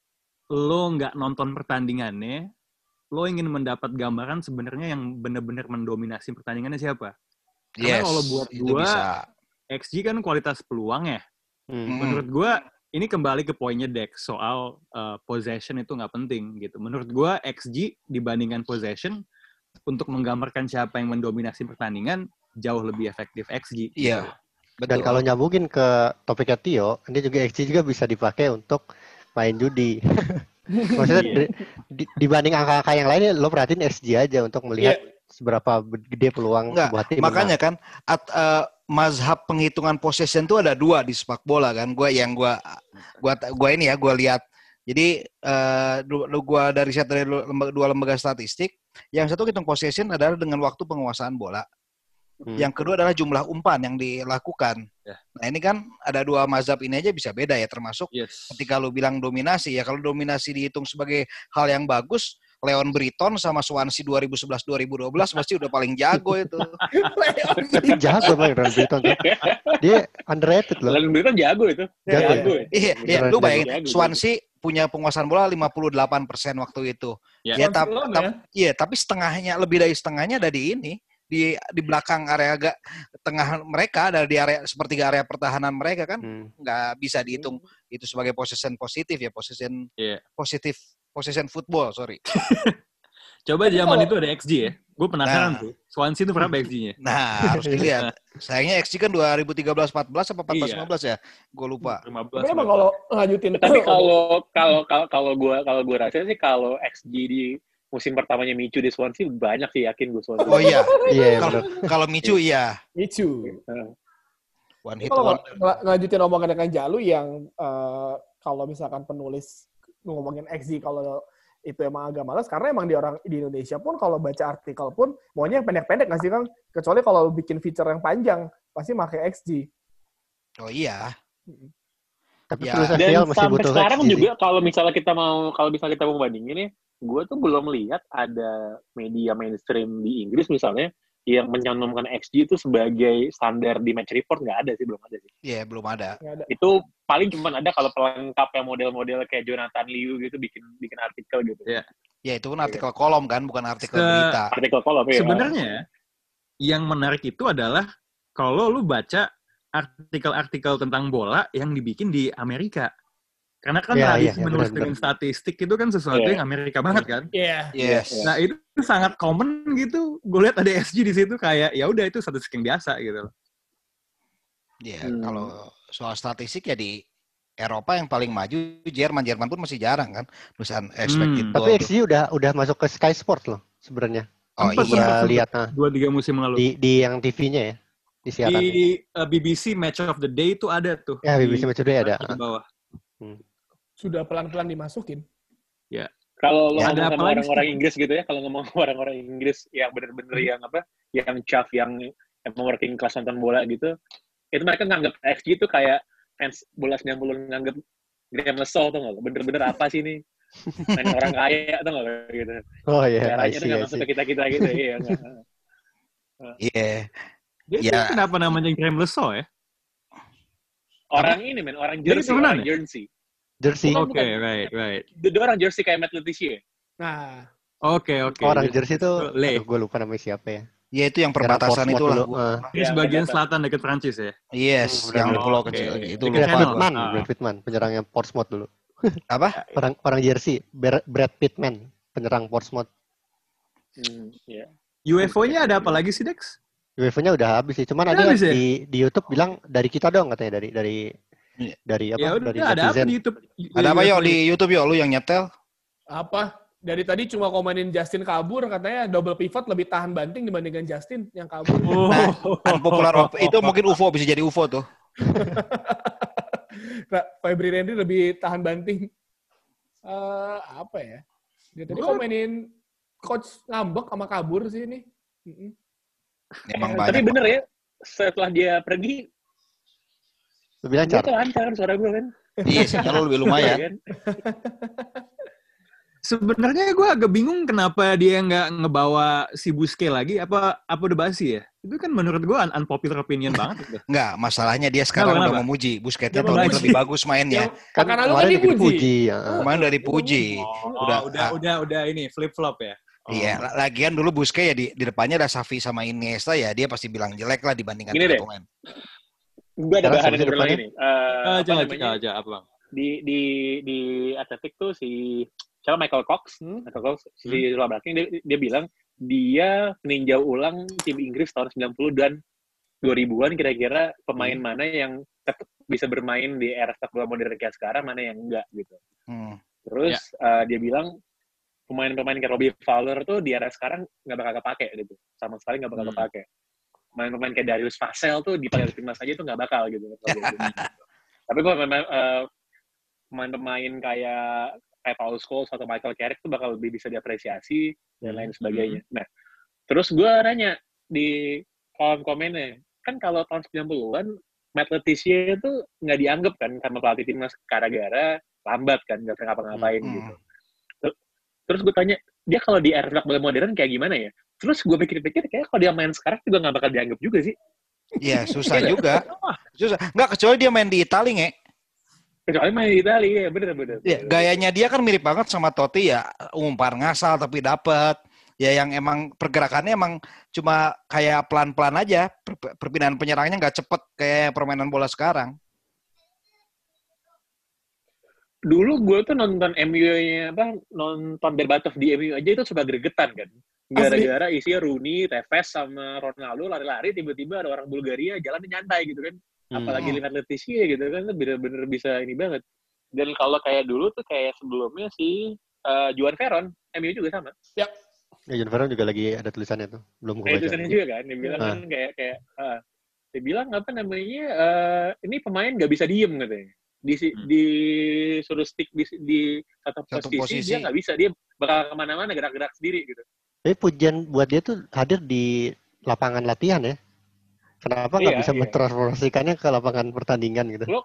lo nggak nonton pertandingannya, lo ingin mendapat gambaran sebenarnya yang benar-benar mendominasi pertandingannya siapa. Karena Yes, kalau buat itu gua, bisa. X G kan kualitas peluang ya. Hmm. Hmm. Menurut gue ini kembali ke poinnya Dex soal uh, possession itu nggak penting gitu. Menurut gue X G dibandingkan possession untuk menggambarkan siapa yang mendominasi pertandingan jauh lebih efektif X G. Iya. gitu. Dan Betul. kalau nyambungin ke topiknya Tio, ini juga X G juga bisa dipakai untuk main judi. Maksudnya Iya. di- di- dibanding angka-angka yang lainnya, lo perhatiin X G aja untuk melihat seberapa gede peluang Enggak, sebuah tim makanya menang. kan at, eh, mazhab penghitungan possession itu ada dua di sepak bola kan. Gua yang gua gua gua ini ya gua lihat. Jadi eh du- du- gua dari riset dari lembaga, dua lembaga statistik, yang satu hitung possession adalah dengan waktu penguasaan bola. Hmm. Yang kedua adalah jumlah umpan yang dilakukan. Ya. Nah, ini kan ada dua mazhab ini aja bisa beda ya, termasuk Yes. ketika lu bilang dominasi ya, kalau dominasi dihitung sebagai hal yang bagus, Leon Britton sama Swansea dua ribu sebelas dua ribu dua belas pasti udah paling jago itu. Dia jago banget Ron Britton tuh. Dia underrated loh. Lalu Britton jago itu. Jago, Jago ya. Iya, iya, Beneran lu jago. bayangin Jago, Swansea punya penguasaan bola lima puluh delapan persen waktu itu. Ya. Ya, tap- Barcelona tap- iya, tapi setengahnya lebih dari setengahnya ada di ini, di di belakang area agak tengah mereka, ada di area sepertiga area pertahanan mereka kan Hmm. nggak bisa dihitung itu sebagai possession positif ya, possession Iya. positif, possession football, sorry. Coba Tapi zaman kalau- itu ada X G ya. Gue penasaran Nah. tuh. Swansea itu berapa X G-nya? Nah, harus dilihat. Sayangnya X G kan dua ribu tiga belas empat belas apa empat belas Iya. lima belas ya? Gue lupa. lima belas. Tapi emang kalau lanjutin Tapi kalau kalau kalau kalau gue kalau gue rasa sih kalau X G di musim pertamanya Michu di Swansea banyak sih, yakin gue Swansea. Oh iya. Iya, Kalau benar. kalau Michu iya. Micu. One hit Kalau wonder. ngel- ngelanjutin omongan dengan Jalu yang eh, kalau misalkan penulis ngomongin X G kalau itu emang agak malas karena emang di orang di Indonesia pun kalau baca artikel pun maunya yang pendek-pendek nggak sih Kang? Kecuali kalau bikin feature yang panjang pasti pakai X G. Oh iya. Tapi Ya. penulis Dan F P L masih sampai butuh sekarang X G sih. juga kalau misalnya kita mau kalau misalnya kita mau bandingin nih, gue tuh belum lihat ada media mainstream di Inggris misalnya yang mencantumkan X G itu sebagai standar di match report. Nggak ada sih, belum ada sih. Iya, belum ada. Nggak ada. Itu paling cuma ada kalau pelengkap yang model-model kayak Jonathan Liu gitu bikin bikin artikel gitu. Iya. Ya itu kan artikel kolom kan, bukan artikel Se- berita. Artikel kolom ya. Sebenarnya yang menarik itu adalah kalau lu baca artikel-artikel tentang bola yang dibikin di Amerika. Karena kan Iya, tradisi iya, menulis benar, dengan statistik itu kan sesuatu Iya. yang Amerika banget kan. Iya. Yes. Iya. Nah itu sangat common gitu. Gue lihat ada X G di situ kayak ya udah itu statistik yang biasa gitu. Ya, Hmm. kalau soal statistik ya di Eropa yang paling maju, Jerman, Jerman pun masih jarang kan, tulisan expected Hmm. goal. Tapi X G udah udah masuk ke Sky Sport loh sebenarnya. Oh Sempet, iya, sempet, sempet. Lihat nah, Dua tiga musim lalu. di di yang T V-nya ya, di siaran. Di uh, B B C Match of the Day itu ada tuh. Ya, B B C Di- Match of the Day ada. Di bawah. Sudah pelan-pelan dimasukin. Kalau lo Ya, ngomong ada sama apa lagi orang-orang sih? Inggris gitu ya, kalau ngomong sama orang-orang Inggris yang bener-bener yang apa, yang chaff, yang emang working class nonton bola gitu, itu mereka nganggap X G itu kayak fans bola sembilan puluh nganggap Graham Lesau tuh nggak? Bener-bener apa sih ini? Main orang kaya tuh nggak gitu? Oh iya, I Caranya tuh see, nggak I masuk see. ke kita-kita gitu, iya nggak? iya. Dia Ya. tuh kenapa namanya Graham Lesau ya? Orang ini men, orang Dia Jersey, keturunan orang ya? Jersey. Jersey. Bukan, Oke, bukan. right, right. Dia dia orang Jersey kayak Matt Letitia. Nah, Oke, oke. Orang Jadi- Jersey itu, Le. aduh, gue lupa namanya siapa ya. Ya itu yang perbatasan Portsmouth itulah. dulu, gua- eh. Dia Yang sebagian perbatasan. selatan dekat Prancis ya. Yes, Hmm, yang benar. pulau Oke. kecil itu Dekat lupa. Channel. Pittman, Ah. Brad Pittman, penyerangnya Portsmouth dulu. Apa? Orang orang Jersey, Ber- Brad Pittman, penyerang Portsmouth. Hmm, iya. U F O-nya ada apa lagi sih, Dex? UEFA-nya udah habis sih, cuman Udah ada habis ya? di di YouTube bilang dari kita dong katanya, dari dari Iya. dari apa? Ya udah, dari ada apa netizen. di YouTube? Ada apa U F O yuk ini? di YouTube yuk, lu yang nyetel? apa? Dari tadi cuma komenin Justin kabur, katanya double pivot lebih tahan banting dibandingkan Justin yang kabur. Oh. Nah, unpopular op- itu mungkin U F O, bisa jadi U F O tuh. Nah, Febri Rendry lebih tahan banting. Eh, apa ya? Dia tadi Gua- komenin coach ngambek sama kabur sih ini. Mm-mm. Emang Eh, Tapi banyak. bener ya, setelah dia pergi, Lebih dia lancar. tuh lancar kan suara gue kan. Iya, sinyal lu lebih lumayan. Iya kan? Sebenarnya gue agak bingung kenapa dia nggak ngebawa si Busquets lagi. Apa apa udah basi ya? Itu kan menurut gue un- unpopular opinion banget. Itu. Enggak, masalahnya dia sekarang Kenapa, udah kenapa? memuji. Busquets Dia tahun ini memuji. lebih bagus mainnya. Kan Pekan lalu kan kemarin dipuji. dipuji. ya. Kemarin udah dipuji. Oh, Udah, udah, ah. udah, udah ini flip flop ya. Oh. Iya, la- lagian dulu Busquets ya di, di depannya ada Xavi sama Iniesta ya, dia pasti bilang jelek lah dibandingkan Gini tiga deh. pemain. Gue ada Sekarang bahan siapa yang ngobrol lagi depannya? nih. Eh, Eh, apa Coba, namanya? coba, coba, apa bang? Di di di Atletik tuh si siapa Michael Cox, Hmm? Michael Cox si Lola Blacking dia, dia bilang dia meninjau ulang tim Inggris tahun sembilan puluh dan dua ribuan kira-kira pemain mana yang tetap bisa bermain di era sepak bola modern kayak sekarang, mana yang enggak gitu. Hmm. Terus eh, dia bilang pemain-pemain kayak Robbie Fowler tuh di era sekarang nggak bakal kepake gitu, sama sekali nggak bakal Hmm. kepake. Pemain-pemain kayak Darius Vassell tuh dipakai timnas aja tuh nggak bakal gitu. Tapi kalau memang eh, pemain-pemain kayak kayak Paul Scholes atau Michael Carrick tuh bakal lebih bisa diapresiasi dan lain sebagainya. Nah, terus gue nanya di kolom komennya, kan kalau tahun sembilan puluhan Matt Letitia itu nggak dianggap kan sama pelatih timnas gara-gara lambat kan, nggak pernah ngapa-ngapain Hmm. gitu. Ter- Terus gue tanya, dia kalau di era sepak bola modern kayak gimana ya? Terus gue pikir-pikir, kayak kalau dia main sekarang juga nggak bakal dianggap juga sih. Iya, susah juga. Susah. Enggak, kecuali dia main di Italia, nge. Kecuali main di Italia, ya bener-bener. Ya, gayanya dia kan mirip banget sama Totti ya, umpan ngasal tapi dapat. ya yang emang pergerakannya emang cuma kayak pelan-pelan aja, per- perpindahan penyerangnya nggak cepet kayak permainan bola sekarang. Dulu gue tuh nonton M U-nya apa, nonton Berbatov di M U aja itu suka gregetan kan. Gara-gara isinya Rooney, Tevez sama Ronaldo lari-lari, tiba-tiba ada orang Bulgaria jalan nyantai gitu kan. Apalagi Hmm. Lihat Letizia gitu kan, itu bener-bener bisa ini banget. Dan kalau kayak dulu tuh kayak sebelumnya si uh, Juan Ferron, M U juga sama. Ya, John Ferron juga lagi ada tulisannya tuh. Belum gue Kayak baca. tulisannya juga kan, dia bilang Ah. kan kayak kayak uh, dia bilang apa namanya, uh, ini pemain nggak bisa diem katanya. Di Hmm. disuruh stick di, di satu Satu posisi, posisi. dia nggak bisa, dia bakal kemana-mana gerak-gerak sendiri gitu. Tapi pujian buat dia tuh hadir di lapangan latihan ya. Kenapa nggak Iya, bisa iya. mentransformasikannya ke lapangan pertandingan gitu? Lo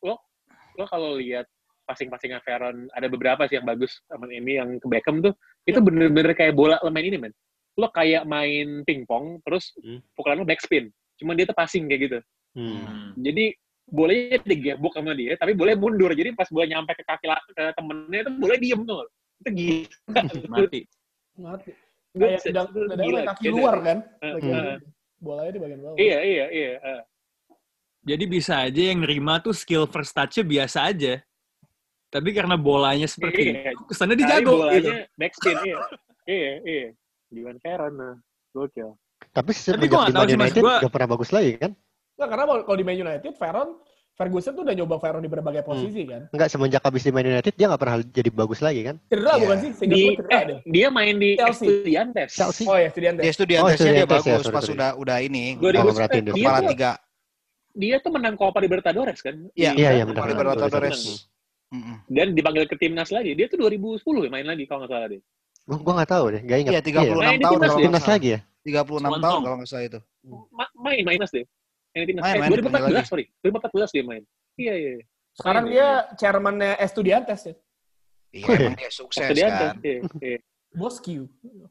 lo kalau lihat passing-passingnya Ferron, ada beberapa sih yang bagus sama ini yang ke Beckham tuh, itu bener-bener kayak bola lo main ini men. Lo kayak main pingpong, terus Hmm. pukulan lo backspin. Cuman dia tuh passing kayak gitu. Hmm. Hmm. Jadi bolanya digebuk sama dia, tapi boleh mundur. Jadi pas bola nyampe ke kaki la- ke temennya itu boleh diem tuh. Itu gila. Mati. Mati. Gue Kayak se- sedang itu sedang gila. main kaki Beda. luar kan. Uh, Bagian uh. bolanya di bagian bawah. Iya, iya, iya. Uh. Jadi bisa aja yang nerima tuh skill first touch-nya biasa aja. Tapi karena bolanya seperti Iya. itu, kesannya dia Kali jago bolanya gitu. backspin, iya. Iya, iya. Juan Ferron, nah. Gokil. Tapi Tapi semenjak gua nggak di tahu Man sih, Mas, United gua- nggak pernah bagus lagi kan? Nah, karena kalau di Man United, Ferron, Ferguson tuh udah nyoba Ferron di berbagai posisi kan. Nggak, semenjak habis di Man United dia nggak pernah jadi bagus lagi kan? Cedera Iya. bukan sih? Seingat Di, gue cedera eh, deh. dia main di Chelsea. Estudiantes. Chelsea. Oh ya, Estudiantes. Dia Oh, Estudiantesnya dia Estudiantes ya, bagus sorry, pas sorry. udah udah ini. dua ribu Oh, merhatiin deh. dia Kepala tuh, tiga. dia tuh menang Copa Libertadores kan? Iya, Iya, iya, Di- benar. Copa menang. Libertadores. Menang. Mm-mm. Dan dipanggil ke timnas lagi. Dia tuh dua ribu sepuluh ya main lagi kalau nggak salah deh. Gua gua nggak tahu deh, nggak ingat. Iya, tiga puluh Main enam di tahun timnas kalau dia. nggak Timnas salah. lagi ya? tiga puluh enam Swan tahun Song. kalau nggak salah itu. Ma- main timnas deh. Main timnas. Main, Eh, main, dua ribu empat belas, dipanggil lagi. sorry. dua ribu empat belas dia main. Iya, iya. iya. Sekarang Main, dia main. chairman-nya Estudiantes ya. Iya, emang dia sukses Estudiantes. kan. Iya, iya. Bosque.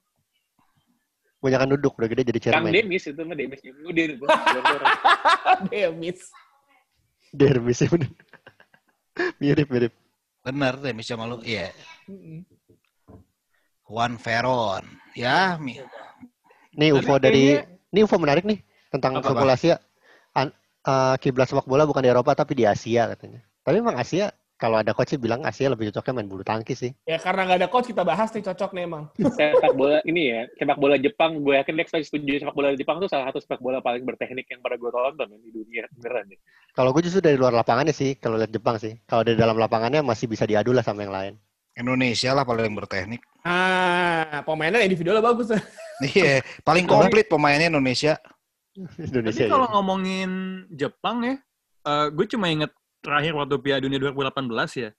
Banyakan duduk, udah gede jadi Kang chairman. Demis itu mah Demis Yudin itu. Demis. Derby sih bener. Mirip-mirip. Bener deh, Misha malu. Iya. Mm-mm. Juan Ferron. Ya, mi. Nih Tapi U F O dari, kayaknya- ini U F O menarik nih tentang Apa, sepak bola Asia. An, eh, kiblat sepak bola bukan di Eropa tapi di Asia katanya. Tapi memang Asia, kalau ada coach sih bilang Asia lebih cocoknya main bulu tangkis sih. Ya karena nggak ada coach kita bahas nih cocok nih emang. Sepak bola ini ya, sepak bola Jepang, gue yakin Lex pasti setuju, sepak bola Jepang tuh salah satu sepak bola paling berteknik yang pada gue tonton ya, di dunia beneran nih. Kalau gue justru dari luar lapangannya sih, kalau lihat Jepang sih. Kalau dari dalam lapangannya masih bisa diadu lah sama yang lain. Indonesia lah paling berteknik. Ah, pemainnya individualnya bagus. Iya, paling komplit pemainnya Indonesia. Indonesia Tapi kalau ya. ngomongin Jepang ya, eh, gue cuma inget terakhir waktu Piala Dunia dua ribu delapan belas ya.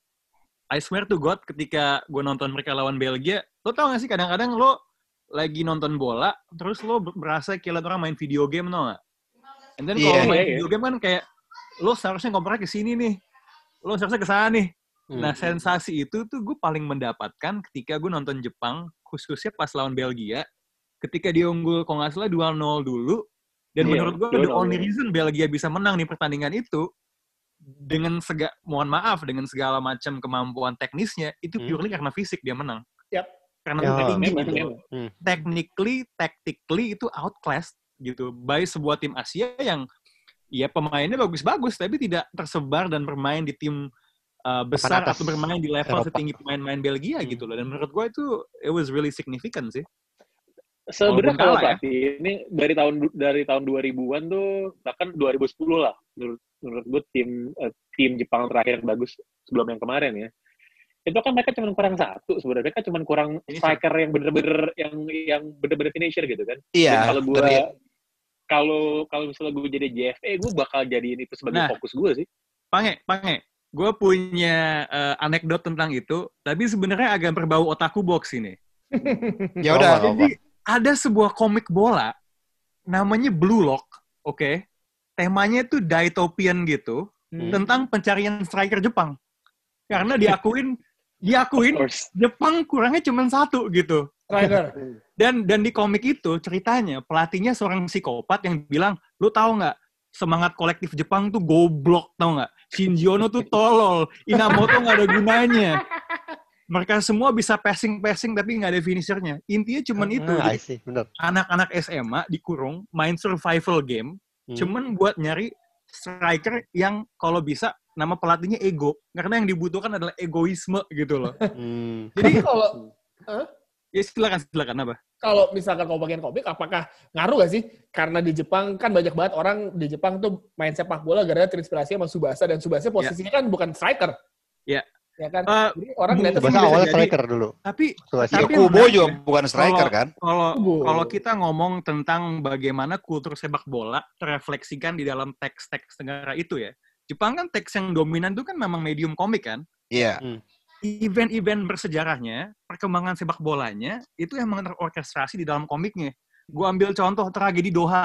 I swear to God, ketika gue nonton mereka lawan Belgia, lo tau gak sih kadang-kadang lo lagi nonton bola, terus lo berasa kayak liat orang main video game, tau gak? And then kalau Iya. main Iya, iya. video game kan kayak, lo seharusnya kompornya ke sini nih, lo seharusnya ke sana nih. Hmm. Nah, sensasi itu tuh gue paling mendapatkan ketika gue nonton Jepang, khususnya pas lawan Belgia, ketika dia unggul, kalau nggak salah dua nol dulu, dan Iya, menurut gue dua the nol. only reason Belgia bisa menang di pertandingan itu, dengan sega, mohon maaf, dengan segala macam kemampuan teknisnya, itu Hmm. purely karena fisik dia menang. Yap. Karena Ya. dia tinggi Memang, gitu. memang. Technically, tactically itu outclassed gitu. By sebuah tim Asia yang ya pemainnya bagus-bagus, tapi tidak tersebar dan bermain di tim uh, besar atas atau bermain di level Eropa. setinggi pemain-pemain Belgia Hmm. gitu loh. Dan menurut gue itu it was really significant sih. Sebenarnya Walaupun kalau kalah ya. pelatih ini dari tahun dari tahun dua ribuan tuh bahkan dua ribu sepuluh lah menurut menurut gue tim eh, tim Jepang terakhir yang bagus sebelum yang kemarin ya. Itu kan mereka cuma kurang satu sebenarnya, mereka cuma kurang Finisher. striker yang bener-bener yang yang bener-bener finisher gitu kan. Dan Iya, kalau gue dari kalau kalau misalnya gue jadi J F A, gue bakal jadiin itu sebagai Nah. fokus gue sih. Pange, Pange, gue punya uh, anekdot tentang itu, tapi sebenarnya agak berbau otaku box ini. ya udah. Oh, Jadi ada sebuah komik bola namanya Blue Lock, oke? Temanya tuh dystopian gitu, Hmm. tentang pencarian striker Jepang. Karena diakuin Of diakuin course. Jepang kurangnya cuma satu gitu. Striker. Dan dan di komik itu ceritanya pelatihnya seorang psikopat yang bilang, lu tahu nggak semangat kolektif Jepang tuh goblok, tahu nggak? Shinji Ono tuh tolol, Inamoto nggak ada gunanya. mereka semua bisa passing-passing tapi nggak ada finishernya. Intinya cuman itu. Ah, Jadi I see, bener. anak-anak S M A dikurung, main survival game, Hmm. cuman buat nyari striker yang kalau bisa nama pelatihnya ego. Karena yang dibutuhkan adalah egoisme gitu loh. Hmm. Jadi Jadi kalau Hah? ya silakan silakan apa? kalau misalkan kau bagian komik, apakah ngaruh gak sih? Karena di Jepang kan banyak banget orang di Jepang tuh main sepak bola gara-gara terinspirasi sama Tsubasa, dan Tsubasa posisinya kan bukan striker. Ya. Ya kan? Uh, Jadi orang mungkin lihat Tsubasa bisa awalnya jadi. striker dulu. Tapi Tsubasa. tapi Ya, yang Kubo menarik juga ya, bukan striker kalau- kan? Kalau Kubo. kalau kita ngomong tentang bagaimana kultur sepak bola terefleksikan di dalam teks-teks negara itu ya. Jepang kan teks yang dominan itu kan memang medium komik kan. Iya. Event-event bersejarahnya, perkembangan sepak bolanya itu emang terorkestrasi di dalam komiknya. Gue ambil contoh tragedi Doha,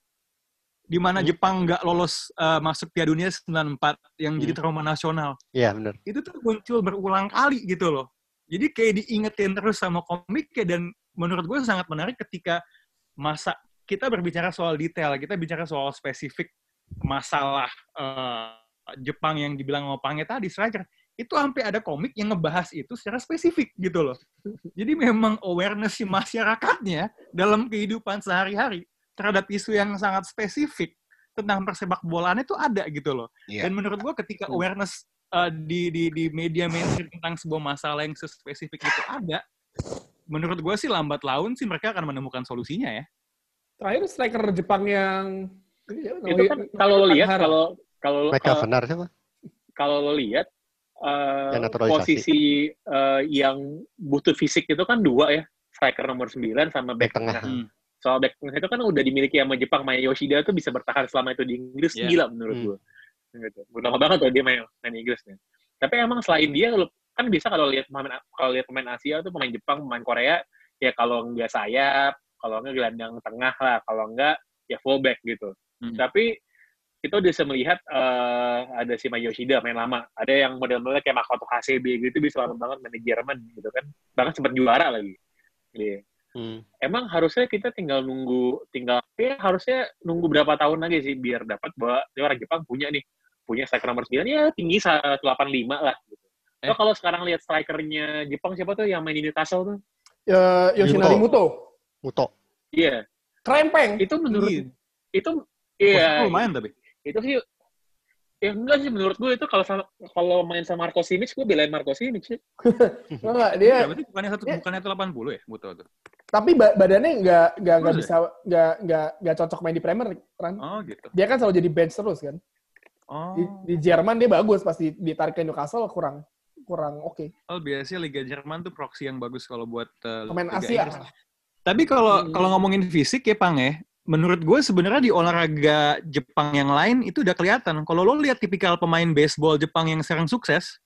di mana Hmm. Jepang nggak lolos uh, masuk Piala Dunia sembilan puluh empat yang jadi Hmm. trauma nasional. Iya, bener. Itu tuh muncul berulang kali gitu loh. Jadi kayak diingetin terus sama komiknya, dan menurut gue sangat menarik ketika masa kita berbicara soal detail, kita bicara soal spesifik masalah uh, Jepang yang dibilang sama Pange tadi, striker. Itu sampai ada komik yang ngebahas itu secara spesifik gitu loh. Jadi memang awareness si masyarakatnya dalam kehidupan sehari-hari terhadap isu yang sangat spesifik tentang persepak bolaan itu ada gitu loh. Iya. Dan menurut gua ketika awareness uh, di, di di media mainstream tentang sebuah masalah yang spesifik itu ada, menurut gua sih lambat laun sih mereka akan menemukan solusinya ya. Terakhir striker Jepang yang Itu kan kalau lo lihat, kalau kalau Mereka uh, benar siapa? kalau lo lihat uh, Yang naturalisasi. posisi uh, yang butuh fisik itu kan dua ya, striker nomor sembilan sama back Back tengah. tengah. Hmm. Soal back tengah itu kan udah dimiliki sama Jepang. Maya Yoshida tuh bisa bertahan selama itu di Inggris, Yeah. gila menurut Hmm. gue. Gitu. Udah lama banget tuh dia main, main Inggris nih. Tapi emang selain dia, lo kan bisa kalau lihat pemain kalau lihat pemain Asia tuh pemain Jepang, pemain Korea, ya kalau nggak sayap, kalau nggak gelandang tengah lah, kalau nggak ya fullback gitu. Hmm. Tapi kita udah bisa melihat uh, ada si Maya Yoshida main lama, ada yang model-model kayak Makoto H C B gitu bisa lama banget main di Jerman gitu kan, bahkan sempat juara lagi. Iya. Hmm. Emang harusnya kita tinggal nunggu, tinggal ya harusnya nunggu berapa tahun lagi sih biar dapat bahwa ya orang Jepang punya nih, punya striker nomor sembilan ya tinggi seratus delapan puluh lima lah. Gitu. Eh. So, kalau sekarang lihat strikernya Jepang siapa tuh yang main di Newcastle tuh? Ya, Yoshinari Muto. Muto. Iya, Krempeng. itu menurut Iya. itu Iya, iya lumayan tapi. itu sih ya enggak sih menurut gue itu kalau sama, kalau main sama Marco Simic gue belain Marco Simic sih. Enggak, dia Berarti bukannya satu dia- bukannya delapan puluh ya, Buto tuh. tapi ba- badannya nggak nggak nggak Terus bisa nggak nggak nggak cocok main di Premier, Ran. Oh, gitu. Dia kan selalu jadi bench terus kan. Oh. Di, di Jerman dia bagus, pas di- ditarik ke Newcastle kurang kurang oke. Oh, biasanya Liga Jerman tuh proxy yang bagus kalau buat uh, Pemain Liga Asia. Inggris. Tapi kalau Hmm. kalau ngomongin fisik ya, Pang ya, menurut gue sebenarnya di olahraga Jepang yang lain itu udah kelihatan. Kalau lo lihat tipikal pemain baseball Jepang yang sering sukses,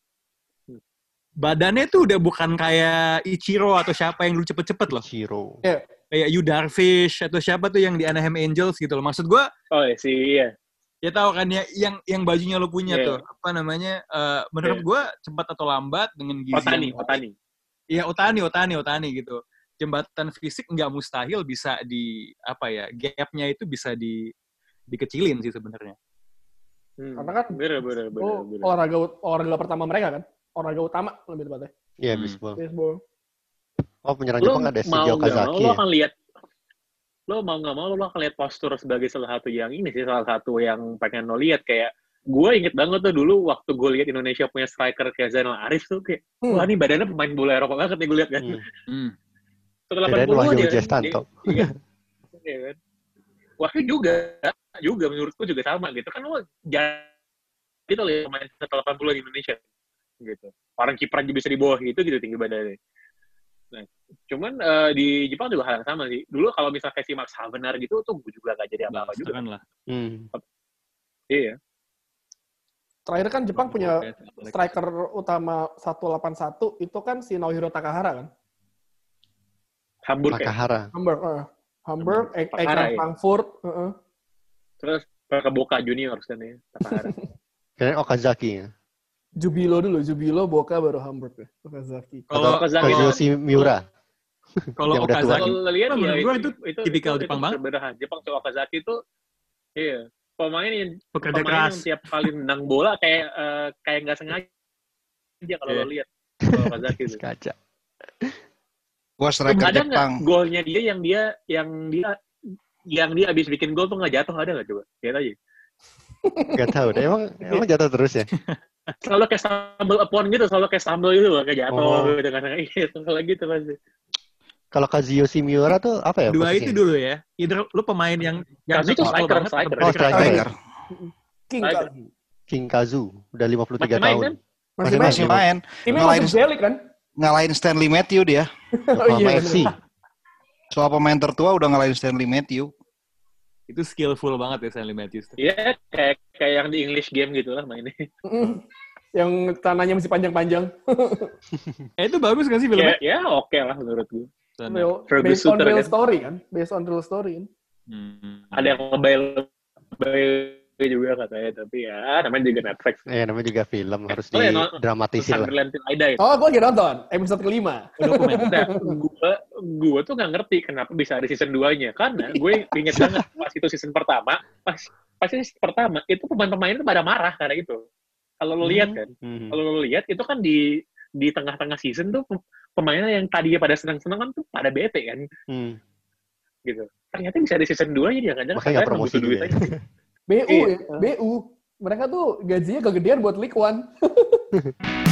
badannya tuh udah bukan kayak Ichiro atau siapa yang dulu cepet-cepet loh. Ichiro. Kayak Yu Darvish atau siapa tuh yang di Anaheim Angels gitu loh. Maksud gue, Oh iya sih, iya. ya tahu kan ya, yang yang bajunya lo punya Yeah. tuh, apa namanya, eh, menurut Yeah. gue cepat atau lambat dengan gizi Otani, yang Otani. Iya, Otani, Otani, Otani gitu. Jembatan fisik nggak mustahil bisa di apa ya, gapnya itu bisa di dikecilin sih sebenarnya. Hmm. Karena kan bener, bener, bener, Oh, bener. olahraga olahraga pertama mereka kan. Olahraga utama lebih tepatnya. Iya, Hmm. baseball. Baseball. Oh, penyerang Lo Jepang ada mau Shinji nggak mau, Okazaki lo ya? akan lihat lo mau nggak mau lo akan lihat postur sebagai salah satu yang ini sih, salah satu yang pengen lo lihat. Kayak gue inget banget tuh dulu waktu gue lihat Indonesia punya striker kayak Zainal Arif tuh kayak Hmm. wah ini badannya pemain bola Eropa banget nih gue lihat kan. Hmm. Hmm. Setelah Kirain delapan puluh Wahyu aja. Wijastanto. Dia- Iya. Iya kan. Wahyu juga juga menurutku juga sama gitu kan, lo jadi kita lihat pemain seratus delapan puluh di Indonesia gitu. Orang kiper aja bisa di bawah itu gitu tinggi badannya. Nah, cuman eh, di Jepang juga hal yang sama sih. Dulu kalau misalnya kayak si Max Havenar gitu tuh juga gak jadi apa-apa juga. Kan lah. Hmm. Iya. Terakhir kan Jepang punya Oke, striker utama seratus delapan puluh satu itu kan si Naohiro Takahara kan. Hamburg ya. Takahara. Hamburg, eh. Hamburg, Ek- Takahara, Eintracht ya. Frankfurt, heeh. Terus ke Boca Juniors kan ya. Takahara. Kirain Okazaki ya. Jubilo dulu, Jubilo, Boca baru Hamburg ya. Okazaki. Kalau Atau Okazaki. Kazuyoshi Miura. kalau yang udah tua. Okazaki, Kalau lo lihat menurut ya gua itu tipikal Jepang banget. Beneran. Jepang so Okazaki itu iya, pemain yang pekerja pemain keras. yang tiap kali menang bola kayak eh, kayak nggak sengaja kalau Iya. lo lihat. Kalau Okazaki itu. Kaca. Gua striker Ada nggak Jepang. golnya dia yang dia yang dia yang dia abis bikin gol tuh nggak jatuh, ada nggak coba? Lihat aja. Gak tahu deh. Emang emang jatuh terus ya? Selalu kayak stumble upon gitu, selalu kayak stumble gitu loh, kayak jatuh Oh. gitu kan. Iya, kalau gitu pasti. Kalau Kazuyo Shimiura tuh apa ya? Dua posisinya? itu dulu ya. Either lu pemain yang yang Kazu itu tactical striker, banget, striker. atau Oh, striker. Striker. King Tiger. Kazu. King Kazu udah lima puluh tiga Masih main tahun. kan? Masih main. Masih main. Timnya Ngalahin- masih Zelik kan? Ngalahin Stanley Matthew dia. Oh iya, Yokohama F C. bener. Soal pemain tertua udah ngalahin Stanley Matthew. itu skillful banget ya Stanley Matthews tuh. Iya, kayak kayak yang di English game gitu lah mainnya. Mm. Yang tanahnya masih panjang-panjang. Eh itu bagus gak sih filmnya? Kayak, ya oke lah menurut gue. Sana. Real- Fergus Based on Sutter, real kan? story kan? Based on real story kan? Hmm. Ada yang lebay juga katanya, tapi ya namanya juga Netflix. Iya, namanya juga film, harus Oh, ya, no- didramatisir lah. Sunderland Till I Die. Oh, gue lagi nonton. Episode kelima. Dokumen. Nah, gue gue tuh nggak ngerti kenapa bisa ada season dua-nya. Karena gue inget banget pas itu season pertama, pas pas season pertama itu pemain-pemain itu pada marah karena itu. Kalau lo lihat kan, Hmm. kalau lo lihat itu kan di di tengah-tengah season tuh pemainnya yang tadinya pada senang-senang kan tuh pada bete kan Hmm. gitu. Ternyata bisa ada season dua-nya dia kan. Makanya nggak promosi duit juga ya. aja. B U Iya. ya, B U. Mereka tuh gajinya kegedean buat League One.